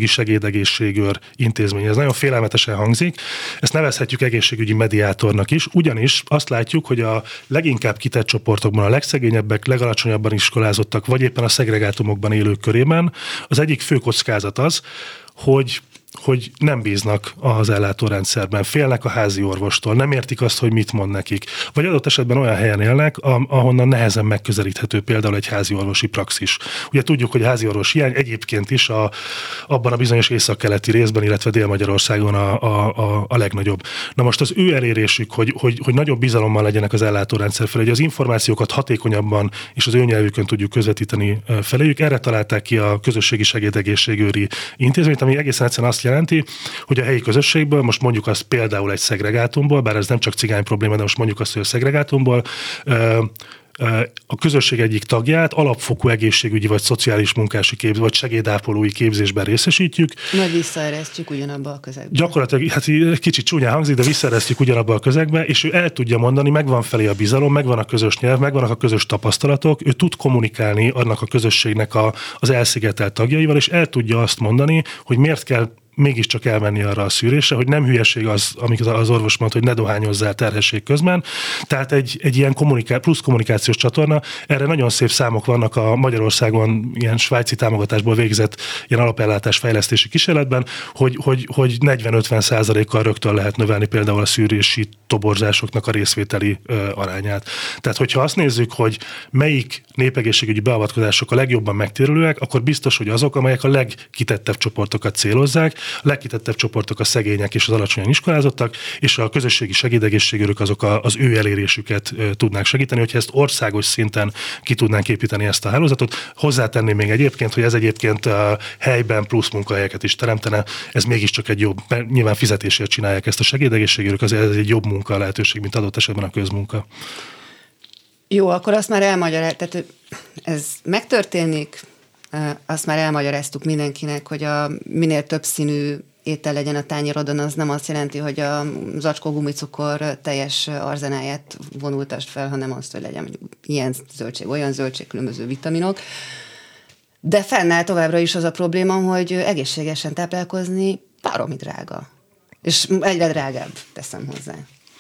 közösségi segédegészségőr intézmény. Ez nagyon félelmetesen hangzik, ezt nevezhetjük egészségügyi mediátornak is, ugyanis azt látjuk, hogy a leginkább kitett csoportokban, a legszegényebbek, legalacsonyabban iskolázottak, vagy éppen a szegregátumokban élők körében az egyik fő kockázat az, hogy hogy nem bíznak az ellátórendszerben, félnek a házi orvostól, nem értik azt, hogy mit mond nekik. Vagy adott esetben olyan helyen élnek, ahonnan nehezen megközelíthető például egy házi orvosi praxis. Ugye tudjuk, hogy a házi orvos hiány egyébként is a, abban a bizonyos északkeleti részben, illetve Dél-Magyarországon a, a, a, a legnagyobb. Na most az ő elérésük, hogy, hogy, hogy nagyobb bizalommal legyenek az ellátórendszer felé, hogy az információkat hatékonyabban és az ő nyelvükön tudjuk közvetíteni feléjük, erre találták ki a közösségi segédegészségőri intézményt, ami egészen egyszerűen azt jelenti, hogy a helyi közösségből, most mondjuk azt például egy szegregátumból, bár ez nem csak cigány probléma, de most mondjuk azt, hogy a szegregátumból a közösség egyik tagját alapfokú egészségügyi vagy szociális munkási képzés, vagy segédápolói képzésben részesítjük. Majd visszaeresztjük ugyanabba a közegbe. Gyakorlatilag, hát kicsit csúnyán hangzik, de visszaeresztjük ugyanabba a közegbe, és ő el tudja mondani, megvan felé a bizalom, megvan a közös nyelv, megvannak a közös tapasztalatok, ő tud kommunikálni annak a közösségnek a, az elszigetelt tagjaival, és el tudja azt mondani, hogy miért kell mégiscsak elmenni arra a szűrésre, hogy nem hülyeség az, amit az orvos mond, hogy ne dohányozzál terhesség közben. Tehát egy, egy ilyen kommuniká- plusz kommunikációs csatorna, erre nagyon szép számok vannak a Magyarországon ilyen svájci támogatásból végzett ilyen alapellátás fejlesztési kísérletben, hogy, hogy, hogy negyven-ötven százalékkal rögtön lehet növelni például a szűrési toborzásoknak a részvételi ö, arányát. Tehát, hogyha azt nézzük, hogy melyik népegészségügyi beavatkozások a legjobban megtérülőek, akkor biztos, hogy azok, amelyek a legkitettebb csoportokat célozzák, a legkitettebb csoportok a szegények és az alacsonyan iskolázottak, és a közösségi segédegészségőrök azok a, az ő elérésüket e, tudnák segíteni, hogyha ezt országos szinten ki tudnánk építeni ezt a hálózatot. Hozzátenném még egyébként, hogy ez egyébként a helyben plusz munkahelyeket is teremtene, ez mégiscsak egy jobb, nyilván fizetésért csinálják ezt a segédegészségőrök, az ez egy jobb munka lehetőség, mint adott esetben a közmunka. Jó, akkor azt már elmagyaráz, tehát ez megtörténik, azt már elmagyaráztuk mindenkinek, hogy a minél több színű étel legyen a tányérodon, az nem azt jelenti, hogy a zacskó gumicukor teljes arzenáját vonultasd fel, hanem azt, hogy legyen ilyen zöldség, olyan zöldség, különböző vitaminok. De fennáll továbbra is az a probléma, hogy egészségesen táplálkozni baromi drága. És egyre drágább, teszem hozzá.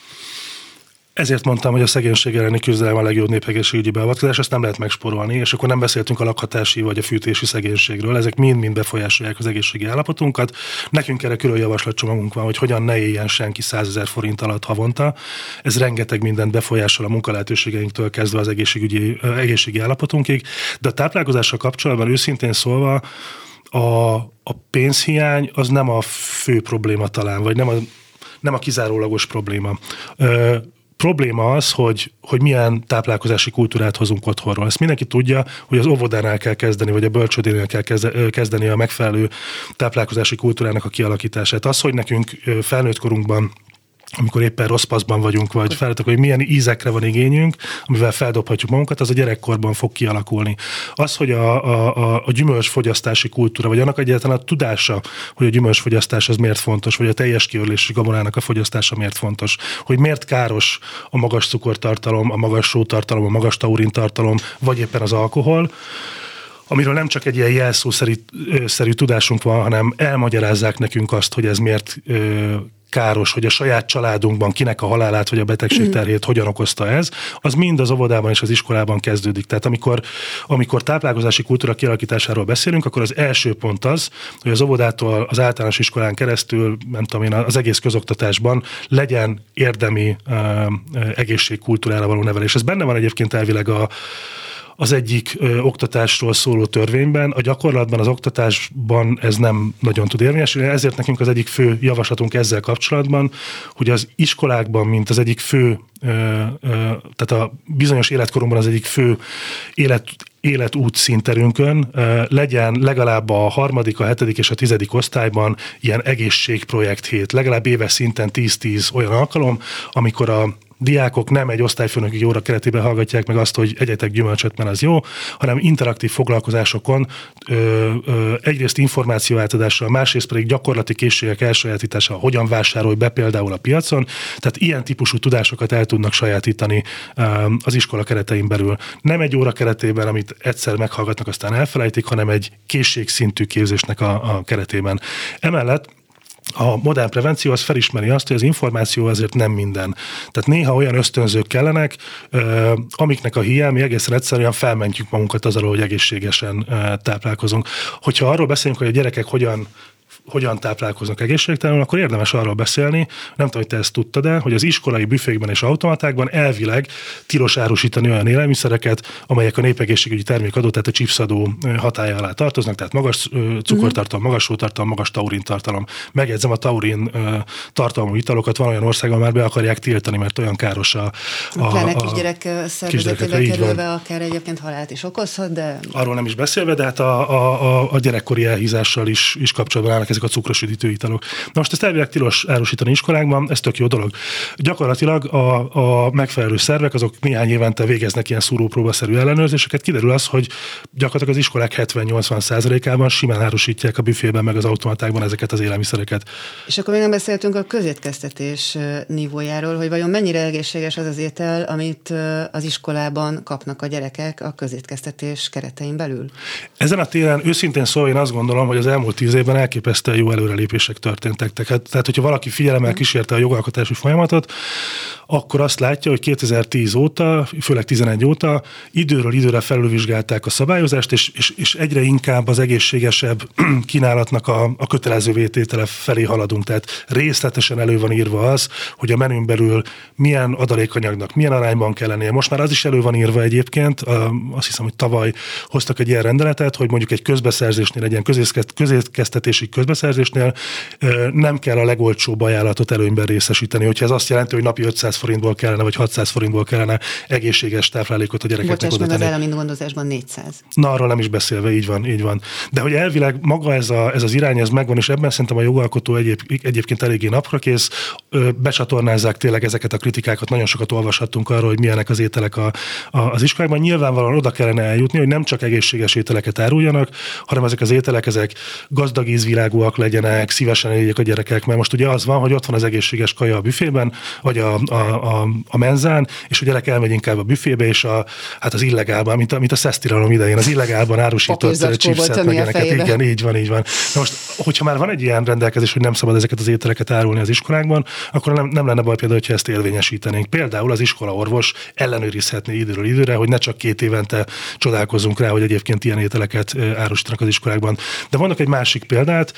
Ezért mondtam, hogy a szegénység elleni küzdelem a legjobb népegészségügyi beavatkozás, ezt nem lehet megspórolni, és akkor nem beszéltünk a lakhatási vagy a fűtési szegénységről, ezek mind-mind befolyásolják az egészségi állapotunkat. Nekünk erre külön javaslatcsomagunk van, hogy hogyan ne éljen senki százezer forint alatt havonta. Ez rengeteg mindent befolyásol a munkalehetőségeinktől kezdve az egészségügyi, egészségi állapotunkig, de a táplálkozással kapcsolatban őszintén szólva a, a pénzhiány az nem a fő probléma talán, vagy nem a, nem a kizárólagos probléma. Ö, Probléma az, hogy, hogy milyen táplálkozási kultúrát hozunk otthonról. Ezt mindenki tudja, hogy az óvodánál kell kezdeni, vagy a bölcsődénél kell kezdeni a megfelelő táplálkozási kultúrának a kialakítását. Az, hogy nekünk felnőtt korunkban, amikor éppen rossz paszban vagyunk, vagy feladatok, hogy milyen ízekre van igényünk, amivel feldobhatjuk magunkat, az a gyerekkorban fog kialakulni. Az, hogy a, a, a gyümölcsfogyasztási kultúra, vagy annak egyáltalán a tudása, hogy a gyümölcsfogyasztás az miért fontos, vagy a teljes kiörlési gabonának a fogyasztása miért fontos, hogy miért káros a magas cukortartalom, a magas sótartalom, a magas taurintartalom, vagy éppen az alkohol, amiről nem csak egy ilyen jelszószerű szerű tudásunk van, hanem elmagyarázzák nekünk azt, hogy ez miért ö, káros, hogy a saját családunkban kinek a halálát vagy a betegség terhét hogyan okozta ez, az mind az óvodában és az iskolában kezdődik. Tehát amikor, amikor táplálkozási kultúra kialakításáról beszélünk, akkor az első pont az, hogy az óvodától az általános iskolán keresztül, nem tudom én, az egész közoktatásban legyen érdemi uh, egészségkultúrára való nevelés. Ez benne van egyébként elvileg a az egyik ö, oktatásról szóló törvényben, a gyakorlatban, az oktatásban ez nem nagyon tud érvényesülni, ezért nekünk az egyik fő javaslatunk ezzel kapcsolatban, hogy az iskolákban, mint az egyik fő, ö, ö, tehát a bizonyos életkorunkban az egyik fő élet, életút színterünkön ö, legyen legalább a harmadik, a hetedik és a tizedik osztályban ilyen egészségprojekt hét, legalább éves szinten tíz-tíz olyan alkalom, amikor a diákok nem egy osztályfőnöki óra keretében hallgatják meg azt, hogy egyetek gyümölcsöt, mert az jó, hanem interaktív foglalkozásokon ö, ö, egyrészt információ átadással, másrészt pedig gyakorlati készségek elsajátítása, hogyan vásárolj be például a piacon, tehát ilyen típusú tudásokat el tudnak sajátítani az iskola keretein belül. Nem egy óra keretében, amit egyszer meghallgatnak, aztán elfelejtik, hanem egy készségszintű képzésnek a, a keretében. Emellett a modern prevenció az felismeri azt, hogy az információ azért nem minden. Tehát néha olyan ösztönzők kellenek, amiknek a hiány, mi egészen egyszerűen felmentjük magunkat az alól, hogy egészségesen táplálkozunk. Hogyha arról beszélünk, hogy a gyerekek hogyan hogyan táplálkoznak egészségtelenül, akkor érdemes arról beszélni, nem tudom, hogy te ezt tudtad el, hogy az iskolai büfékben és automatákban elvileg tilos árusítani olyan élelmiszereket, amelyek a népegészségügyi termékadó, tehát a chipsadó hatálya alá tartoznak, tehát magas cukortartalom, magas sótartalom, magas taurin tartalom. Megjegyzem, a taurin tartalmú italokat van olyan országban már be akarják tiltani, mert olyan káros a... a Pláne kisgyerek szervezetébe kerülve akár egyébként halált is okozhat, de... Arról nem is beszélve, de hát a, a, a gyerekkori elhízással is, is kapcsolatban állnak ezek a cukros üdítő italok. Na most ezt elvileg tilos árusítani iskolákban, ez tök jó dolog. Gyakorlatilag a, a megfelelő szervek, azok néhány évente végeznek ilyen szúrópróbaszerű ellenőrzéseket, kiderül az, hogy gyakorlatilag az iskolák hetven-nyolcvan százalékában simán árusítják a büfében meg az automatákban ezeket az élelmiszereket. És akkor még nem beszéltünk a közétkeztetés nívójáról, hogy vajon mennyire egészséges az az étel, amit az iskolában kapnak a gyerekek a közétkeztetés keretein belül? Ezen a téren őszintén szólva én azt gondolom, hogy az elmúlt tíz évben elképesztően jó előrelépések történtek. Tehát, hogyha valaki figyelemmel kísérte a jogalkotási folyamatot, akkor azt látja, hogy kétezer-tíz óta, főleg tizenegy óta időről időre felülvizsgálták a szabályozást, és, és, és egyre inkább az egészségesebb kínálatnak a, a kötelező vététele felé haladunk. Tehát részletesen elő van írva az, hogy a menün belül milyen adalékanyagnak, milyen arányban kell lennie. Most már az is elő van írva egyébként, azt hiszem, hogy tavaly hoztak egy ilyen rendeletet, hogy mondjuk egy közbeszerzésnél, egy ilyen közétkeztetési közbeszerzésnél nem kell a legolcsóbb ajánlatot előnyben részesíteni, hogyha ez azt jelenti, hogy napi ötszáz forintból kellene, vagy hatszáz forintból kellene egészséges táplálékot a gyerekeknek oda tenni. Bocsáss meg, az állami gondozásban négyszáz. Na, arról nem is beszélve, így van, így van. De hogy elvileg maga ez, a, ez az irány, ez megvan, és ebben szerintem a jogalkotó egyéb, egyébként eléggé naprakész, becsatornázzák tényleg ezeket a kritikákat, nagyon sokat olvashattunk arról, hogy milyenek az ételek a, a, az iskolákban. Nyilvánvalóan oda kellene eljutni, hogy nem csak egészséges ételeket áruljanak, hanem ezek az ételek, ezek gazdag ízvilágúak legyenek, szívesen egyék a gyerekek, mert most ugye az van, hogy ott van az egészséges kaja a büfében, vagy a, a, a, a menzán, és a gyerek elmegy inkább a büfébe, és a, hát az illegálban, mint a, mint a szesztiralom idején, az illegálban árusított chipset, meg ilyeneket. Igen, így van, így van. Na most, hogyha már van egy ilyen rendelkezés, hogy nem szabad ezeket az ételeket árulni az iskolákban, akkor nem, nem lenne baj például, hogyha ezt érvényesítenénk. Például az iskolaorvos ellenőrizhetné időről időre, hogy ne csak két évente csodálkozzunk rá, hogy egyébként ilyen ételeket árusítanak az iskolákban. De mondok egy másik példát,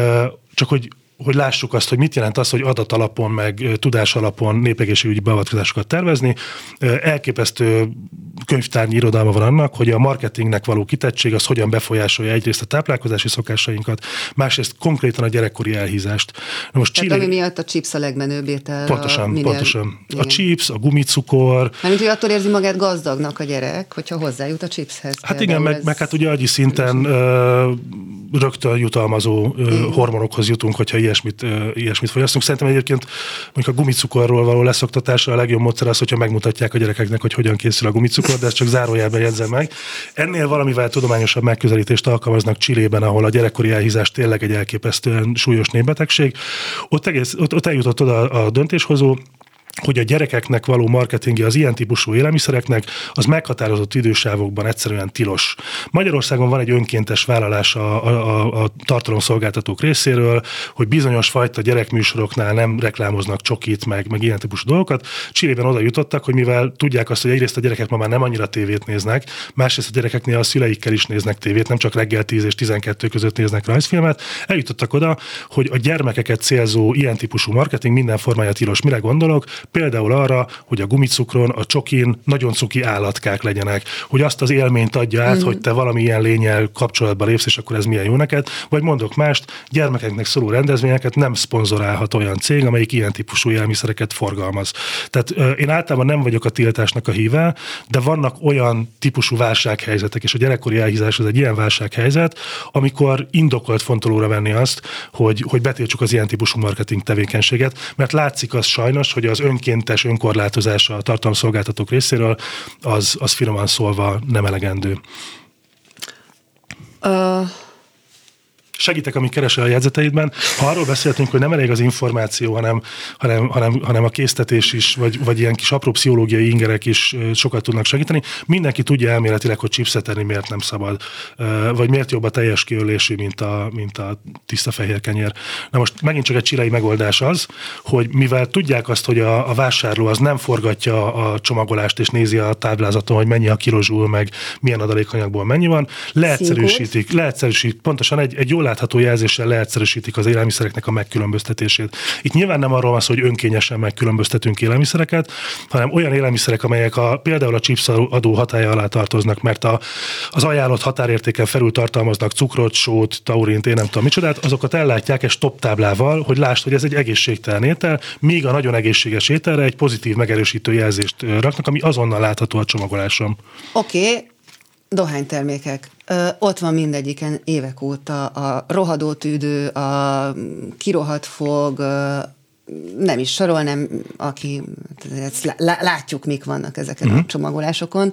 csak hogy hogy lássuk azt, hogy mit jelent az, hogy adat alapon, meg tudás alapon népegészségügyi beavatkozásokat tervezni. Elképesztő könyvtárnyi irodalma van annak, hogy a marketingnek való kitettség az hogyan befolyásolja egyrészt a táplálkozási szokásainkat, másrészt konkrétan a gyerekkori elhízást. Na most Tehát Chile... ami miatt a chips a legmenőbb étel. Pontosan, minél... pontosan. Igen. A chips, a gumicukor. Mármint, hogy attól érzi magát gazdagnak a gyerek, hogyha hozzájut a chipshez. Hát igen, meg, ez... meg hát ugye agyi szinten ö, rögtön jutalmazó ö, hormonokhoz jutunk, hogyha ilyesmit, ö, ilyesmit fogyasztunk. Szerintem egyébként mondjuk a gumicukorról való leszoktatásra a legjobb módszer az, hogyha megmutatják a gyerekeknek, hogy hogyan készül a gumicukor, de ezt csak zárójelben jegyzem meg. Ennél valamivel tudományosabb megközelítést alkalmaznak Chilében, ahol a gyerekkori elhízás tényleg egy elképesztően súlyos népbetegség. Ott, egész, ott, ott eljutott oda a döntéshozó, hogy a gyerekeknek való marketingje az ilyen típusú élelmiszereknek az meghatározott idősávokban egyszerűen tilos. Magyarországon van egy önkéntes vállalás a, a, a tartalomszolgáltatók részéről, hogy bizonyos fajta gyerekműsoroknál nem reklámoznak csokit, meg, meg ilyen típusú dolgokat. Chilében oda jutottak, hogy mivel tudják azt, hogy egyrészt a gyerekek ma már nem annyira tévét néznek, másrészt a gyerekeknél a szüleikkel is néznek tévét, nem csak reggel tíz és tizenkettő között néznek rajzfilmet, eljutottak oda, hogy a gyermekeket célzó ilyen típusú marketing minden formája tilos. Mire gondolok? Például arra, hogy a gumicukron, a csokin nagyon cuki állatkák legyenek, hogy azt az élményt adja át, mm. hogy te valamilyen lénnyel kapcsolatba lépsz, és akkor ez milyen jó neked, vagy mondok mást, gyermekeknek szóló rendezvényeket nem szponzorálhat olyan cég, amelyik ilyen típusú élelmiszereket forgalmaz. Tehát én általában nem vagyok a tiltásnak a híve, de vannak olyan típusú válsághelyzetek, és a gyerekkori elhízás az egy ilyen válsághelyzet, amikor indokolt fontolóra venni azt, hogy, hogy betiltsuk az ilyen típusú marketing tevékenységet, mert látszik az sajnos, hogy az önkéntes önkorlátozása a tartalomszolgáltatók részéről, az, az finoman szólva nem elegendő. Uh... Segítek, amíg keresel a jegyzeteidben. Ha arról beszéltünk, hogy nem elég az információ, hanem, hanem, hanem, hanem a késztetés is, vagy, vagy ilyen kis apró pszichológiai ingerek is sokat tudnak segíteni. Mindenki tudja elméletileg, hogy chipsetelni miért nem szabad, vagy miért jobb a teljes kiölésű, mint a, mint a tiszta fehér kenyér. Na most megint csak egy csilei megoldás az, hogy mivel tudják azt, hogy a, a vásárló az nem forgatja a csomagolást, és nézi a táblázaton, hogy mennyi a kilozsul, meg milyen adalékanyagból mennyi van, leegyszerűsítik, leegyszerűsítik, pontosan egy, egy jól látható jelzéssel leegyszerűsítik az élelmiszereknek a megkülönböztetését. Itt nyilván nem arról van szó, hogy önkényesen megkülönböztetünk élelmiszereket, hanem olyan élelmiszerek, amelyek a, például a chips adó hatálya alá tartoznak, mert a, az ajánlott határértéken felül tartalmaznak cukrot, sót, taurint, én nem tudom micsodát, azokat ellátják egy stop táblával, hogy lásd, hogy ez egy egészségtelen étel, míg a nagyon egészséges ételre egy pozitív megerősítő jelzést raknak, ami azonnal látható a csomagoláson. Oké, okay. Dohánytermékek. Ö, ott van mindegyiken évek óta a rohadó tüdő, a kirohadt fog, ö, nem is sorolnám, aki, ezt látjuk, mik vannak ezeken uh-huh. a csomagolásokon.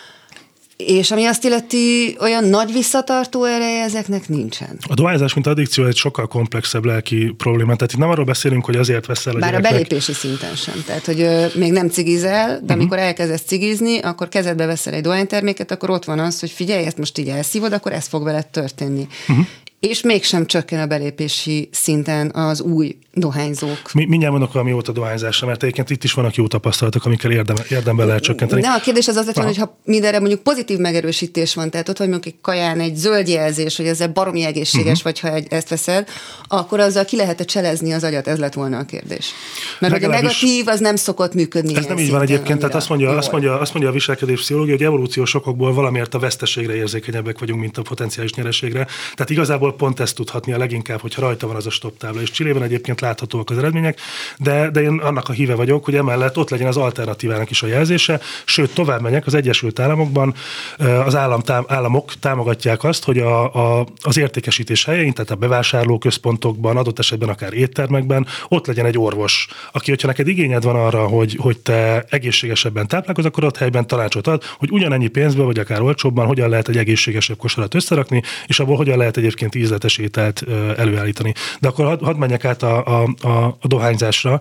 És ami azt illeti, olyan nagy visszatartó ereje ezeknek nincsen. A dohányzás, mint addikció, egy sokkal komplexebb lelki probléma. Tehát itt nem arról beszélünk, hogy azért veszel a Bár gyereknek. a belépési szinten sem. Tehát, hogy ö, még nem cigizel, de uh-huh. amikor elkezdesz cigizni, akkor kezedbe veszel egy dohányterméket, akkor ott van az, hogy figyelj, ezt most így elszívod, akkor ez fog veled történni. Uh-huh. És mégsem csökken a belépési szinten az új dohányzók. Mi, mindjárt mondok valami jót a dohányzásra, mert egyébként itt is vannak jó tapasztalatok, amikkel érdem, érdemben lehet csökkenteni. De a kérdés az az lett volna, hogy ha mindenre mondjuk pozitív megerősítés van, tehát ott vagy mondjuk egy kaján egy zöld jelzés, hogy ez baromi egészséges, uh-huh. vagy ha egy, ezt veszed, akkor azzal ki lehet cselezni az agyat, ez lett volna a kérdés. Mert hogy a negatív az nem szokott működni. Ez nem így van egyébként, tehát azt mondja, azt, mondja, azt mondja a viselkedés pszichológia, hogy evolúciós okokból valamiért a veszteségre érzékenyebbek vagyunk, mint a potenciális nyereségre. Tehát igazából pont ezt tudhatni a leginkább, hogyha rajta van az a stop tábla. És Chilében egyébként láthatóak az eredmények, de, de én annak a híve vagyok, hogy emellett ott legyen az alternatívának is a jelzése, sőt tovább megyek, az Egyesült Államokban az állam, tám, államok támogatják azt, hogy a, a, az értékesítés helyein, tehát a bevásárlóközpontokban, adott esetben akár éttermekben ott legyen egy orvos, aki, hogyha neked igényed van arra, hogy, hogy te egészségesebben táplálkozz, akkor ott helyben tanácsot ad, hogy ugyanennyi pénzből, vagy akár olcsóbban hogyan lehet egy egészségesebb kosarat összerakni, és abból hogyan lehet egyébként ízletes ételt előállítani. De akkor hadd had menjek át a, a, a, a dohányzásra.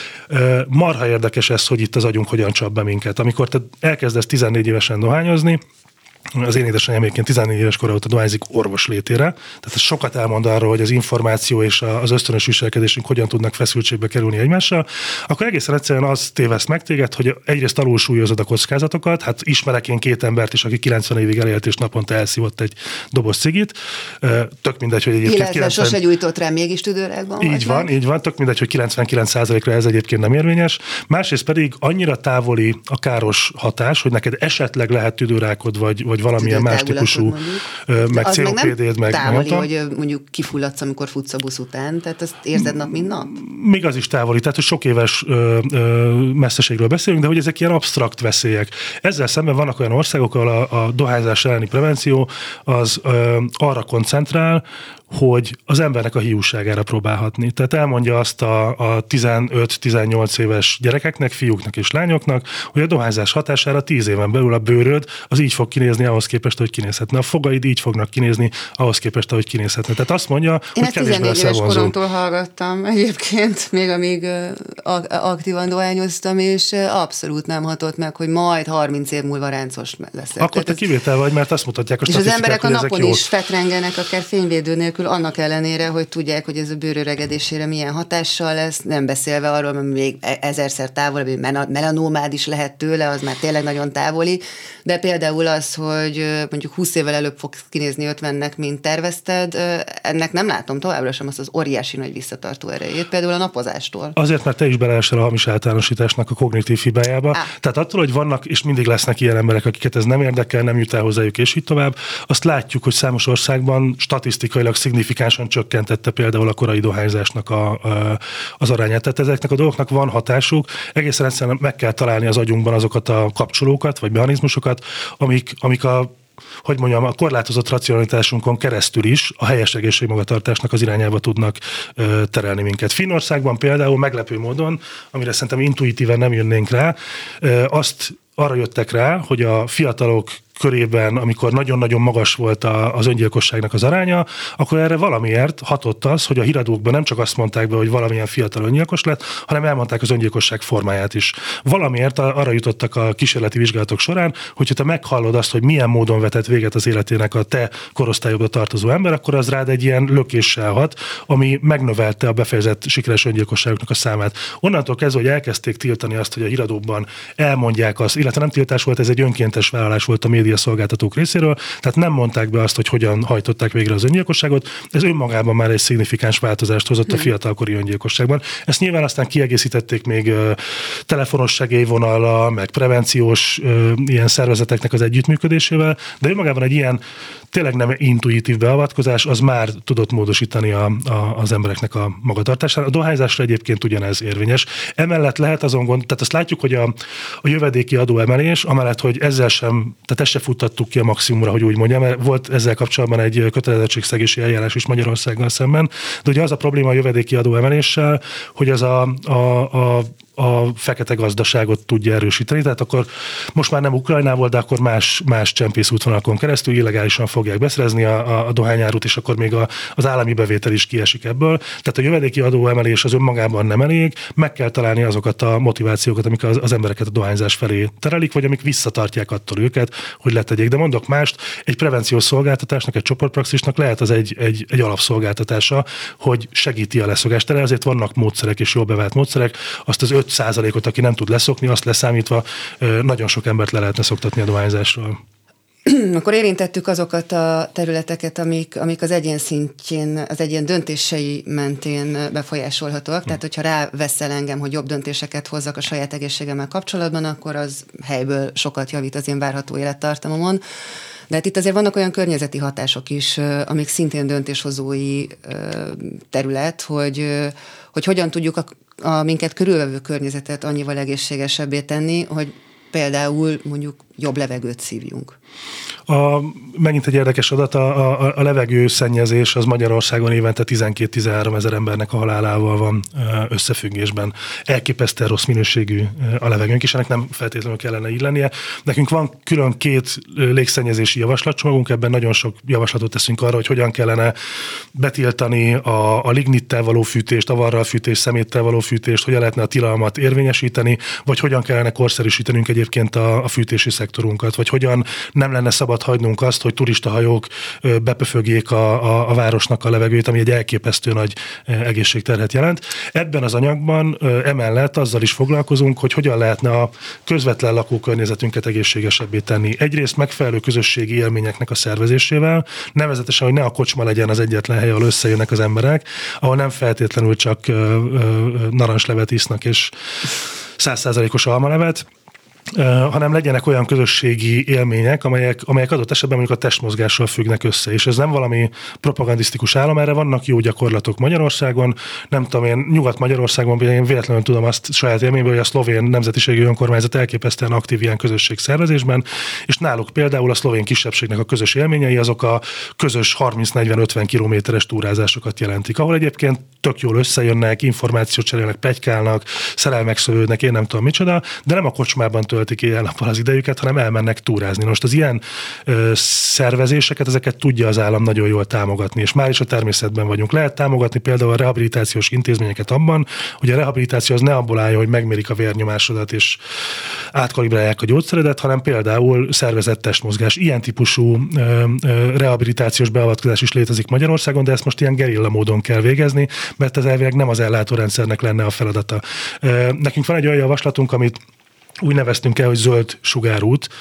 Marha érdekes ez, hogy itt az agyunk hogyan csap be minket. Amikor te elkezdesz tizennégy évesen dohányozni, az én édesanyám egyébként tizennégy éves kora óta dohányzik orvos létére, tehát ez sokat elmond arról, hogy az információ és az ösztönös viselkedésünk hogyan tudnak feszültségbe kerülni egymással, akkor egészen egyszerűen az téveszt meg téged, hogy egyrészt alulsúlyozod a kockázatokat, hát ismerek én két embert is, aki kilencven évig elélt és naponta elszívott egy doboz cigit, tök mindegy, hogy egyébként illetve kilencven... sose gyújtott rá mégis tüdőrákban. Így van, meg? így van, tök mindegy, hogy kilencvenkilenc százalékra ez egyébként nem érvényes. Másrészt pedig annyira távoli a káros hatás, hogy neked esetleg lehet tüdőrákod, vagy vagy valamilyen más típusú, meg cé o pé dé-d, meg távoli, hogy mondjuk kifulladsz, amikor futsz a busz után, tehát ezt érzed nap, mint nap? Még az is távoli, tehát hogy sok éves ö, ö, messzeségről beszélünk, de hogy ezek ilyen absztrakt veszélyek. Ezzel szemben vannak olyan országok, ahol a, a dohányzás elleni prevenció az ö, arra koncentrál, hogy az embernek a hiúságára próbálhatni. Tehát elmondja azt a, a tizenöt-tizennyolc éves gyerekeknek, fiúknak és lányoknak, hogy a dohányzás hatására tíz éven belül a bőröd az így fog kinézni ahhoz képest, hogy kinézhetne. A fogaid így fognak kinézni ahhoz képest, ahogy kinézhetne. Tehát azt mondja, Én hogy kevésbé lesz elvonzó. Én tizennégy éves koromtól hallgattam egyébként, még amíg aktívan dohányoztam, és abszolút nem hatott meg, hogy majd harminc év múlva ráncos leszek. Akkor te kivétel vagy, mert azt mutatják a statisztikák, és az emberek a napon is fetrengenek, akár fényvédő nélkül, annak ellenére, hogy tudják, hogy ez a bőröregedésére milyen hatással lesz, nem beszélve arról, hogy még ezerszer távol, hogy melanómád is lehet tőle, az már tényleg nagyon távoli, de például az, hogy mondjuk húsz évvel előbb fog kinézni ötvennek, mint tervezted, ennek nem látom továbbra sem azt az óriási nagy visszatartó erejét, például a napozástól. Azért, mert te is beleesel a hamis általánosításnak a kognitív hibájába. Á. Tehát attól, hogy vannak és mindig lesznek ilyen emberek, akiket ez nem érdekel, nem jut el hozzájuk, és így tovább, azt látjuk, hogy számos országban statisztikailag szignifikánsan csökkentette például a korai dohányzásnak a, a, az arányát. Tehát ezeknek a dolgoknak van hatásuk, egészen egyszerűen meg kell találni az agyunkban azokat a kapcsolókat, vagy mechanizmusokat, amik, amik a hogy mondjam, a korlátozott racionalitásunkon keresztül is a helyes egészségmagatartásnak az irányába tudnak ö, terelni minket. Finnországban például meglepő módon, amire szerintem intuitíven nem jönnénk rá, ö, azt arra jöttek rá, hogy a fiatalok körében, amikor nagyon-nagyon magas volt a, az öngyilkosságnak az aránya, akkor erre valamiért hatott az, hogy a híradókban nem csak azt mondták be, hogy valamilyen fiatal öngyilkos lett, hanem elmondták az öngyilkosság formáját is. Valamiért arra jutottak a kísérleti vizsgálatok során, hogyha te meghallod azt, hogy milyen módon vetett véget az életének a te korosztályodba tartozó ember, akkor az rád egy ilyen lökéssel hat, ami megnövelte a befejezett sikeres öngyilkosságoknak a számát. Onnantól kezdve, hogy elkezdték tiltani azt, hogy a híradókban elmondják azt, illetve nem tiltás volt, ez egy önkéntes vállalás volt a média szolgáltatók részéről, tehát nem mondták be azt, hogy hogyan hajtották végre az öngyilkosságot, ez önmagában már egy szignifikáns változást hozott a fiatalkori öngyilkosságban. Ezt nyilván aztán kiegészítették még uh, telefonos segélyvonallal, meg prevenciós uh, ilyen szervezeteknek az együttműködésével, de önmagában egy ilyen tényleg nem intuitív beavatkozás, az már tudott módosítani a, a, az embereknek a magatartását. A dohányzásra egyébként ugyanez érvényes. Emellett lehet azon gond, tehát azt látjuk, hogy a, a jövedéki adóemelés, amellett, hogy ezzel sem, tehát ezt se futtattuk ki a maximumra, hogy úgy mondjam, mert volt ezzel kapcsolatban egy kötelezettségszegési eljárás is Magyarországgal szemben, de ugye az a probléma a jövedéki adóemeléssel, hogy az a, a, a a fekete gazdaságot tudja erősíteni, tehát akkor most már nem Ukrajnából, de akkor más, más csempész útvonalakon keresztül illegálisan fogják beszerezni a, a, a dohányárut, és akkor még a, az állami bevétel is kiesik ebből. Tehát a jövedéki adóemelés az önmagában nem elég, meg kell találni azokat a motivációkat, amik az, az embereket a dohányzás felé terelik, vagy amik visszatartják attól őket, hogy letegyék. De mondok mást, egy prevenciós szolgáltatásnak, egy csoportpraxisnak lehet az egy, egy, egy alapszolgáltatása, hogy segíti a leszogást. Erre azért vannak módszerek és jól bevált módszerek, azt az öt százalékot, aki nem tud leszokni, azt leszámítva nagyon sok embert le lehetne szoktatni a dohányzásról. Akkor érintettük azokat a területeket, amik, amik az egyén szintjén, az egyén döntései mentén befolyásolhatóak. Tehát, hogyha ráveszel engem, hogy jobb döntéseket hozzak a saját egészségemmel kapcsolatban, akkor az helyből sokat javít az én várható élettartamomon. De hát itt azért vannak olyan környezeti hatások is, amik szintén döntéshozói terület, hogy, hogy hogyan tudjuk a, a minket körülvevő környezetet annyival egészségesebbé tenni, hogy például mondjuk jobb levegőt szívjunk. A, megint egy érdekes adat, a, a, a levegőszennyezés az Magyarországon évente tizenkét-tizenhárom ezer embernek a halálával van összefüggésben. Elképesztően rossz minőségű a levegőnk, és ennek nem feltétlenül kellene így lennie. Nekünk van külön két légszennyezési javaslatcsomagunk, ebben nagyon sok javaslatot teszünk arra, hogy hogyan kellene betiltani a, a lignittel való fűtést, avarral fűtést, szeméttel való fűtést, hogyan lehetne a tilalmat érvényesíteni, vagy hogyan kellene korszerűsítenünk egyébként a, a fűtési szektorunkat, vagy hogyan nem lenne szabad hagynunk azt, hogy turistahajók bepöfögjék a, a, a városnak a levegőt, ami egy elképesztő nagy egészségterhet jelent. Ebben az anyagban emellett azzal is foglalkozunk, hogy hogyan lehetne a közvetlen lakókörnyezetünket egészségesebbé tenni. Egyrészt megfelelő közösségi élményeknek a szervezésével, nevezetesen, hogy ne a kocsma legyen az egyetlen hely, ahol összejönnek az emberek, ahol nem feltétlenül csak narancslevet isznak és száz százalékos almalevet, Uh, hanem legyenek olyan közösségi élmények, amelyek, amelyek adott esetben mondjuk a testmozgással függnek össze. És ez nem valami propagandisztikus állam, erre vannak jó gyakorlatok Magyarországon. Nem tudom, én Nyugat-Magyarországon én véletlenül tudom azt saját élményből, hogy a szlovén nemzetiségi önkormányzat elképesztően aktív ilyen közösségszervezésben, és náluk például a szlovén kisebbségnek a közös élményei azok a közös harminc-negyven-ötven kilométeres túrázásokat jelentik, ahol egyébként tök jól összejönnek, információt cserélnek, pletykálnak, szerelmek szövődnek, én nem tudom micsoda, de nem a kocsmában töltik éjjel-nappal az idejüket, hanem elmennek túrázni. Most az ilyen ö, szervezéseket, ezeket tudja az állam nagyon jól támogatni, és már is a természetben vagyunk. Lehet támogatni például a rehabilitációs intézményeket abban, hogy a rehabilitáció az ne abból állja, hogy megmérik a vérnyomásodat és átkalibrálják a gyógyszeredet, hanem például szervezett testmozgás. Ilyen típusú ö, ö, rehabilitációs beavatkozás is létezik Magyarországon, de ezt most ilyen gerilla módon kell végezni, mert ez elvileg nem az ellátórendszernek lenne a feladata. Ö, nekünk van egy olyan javaslatunk, amit úgy neveztünk el, hogy zöld sugárút.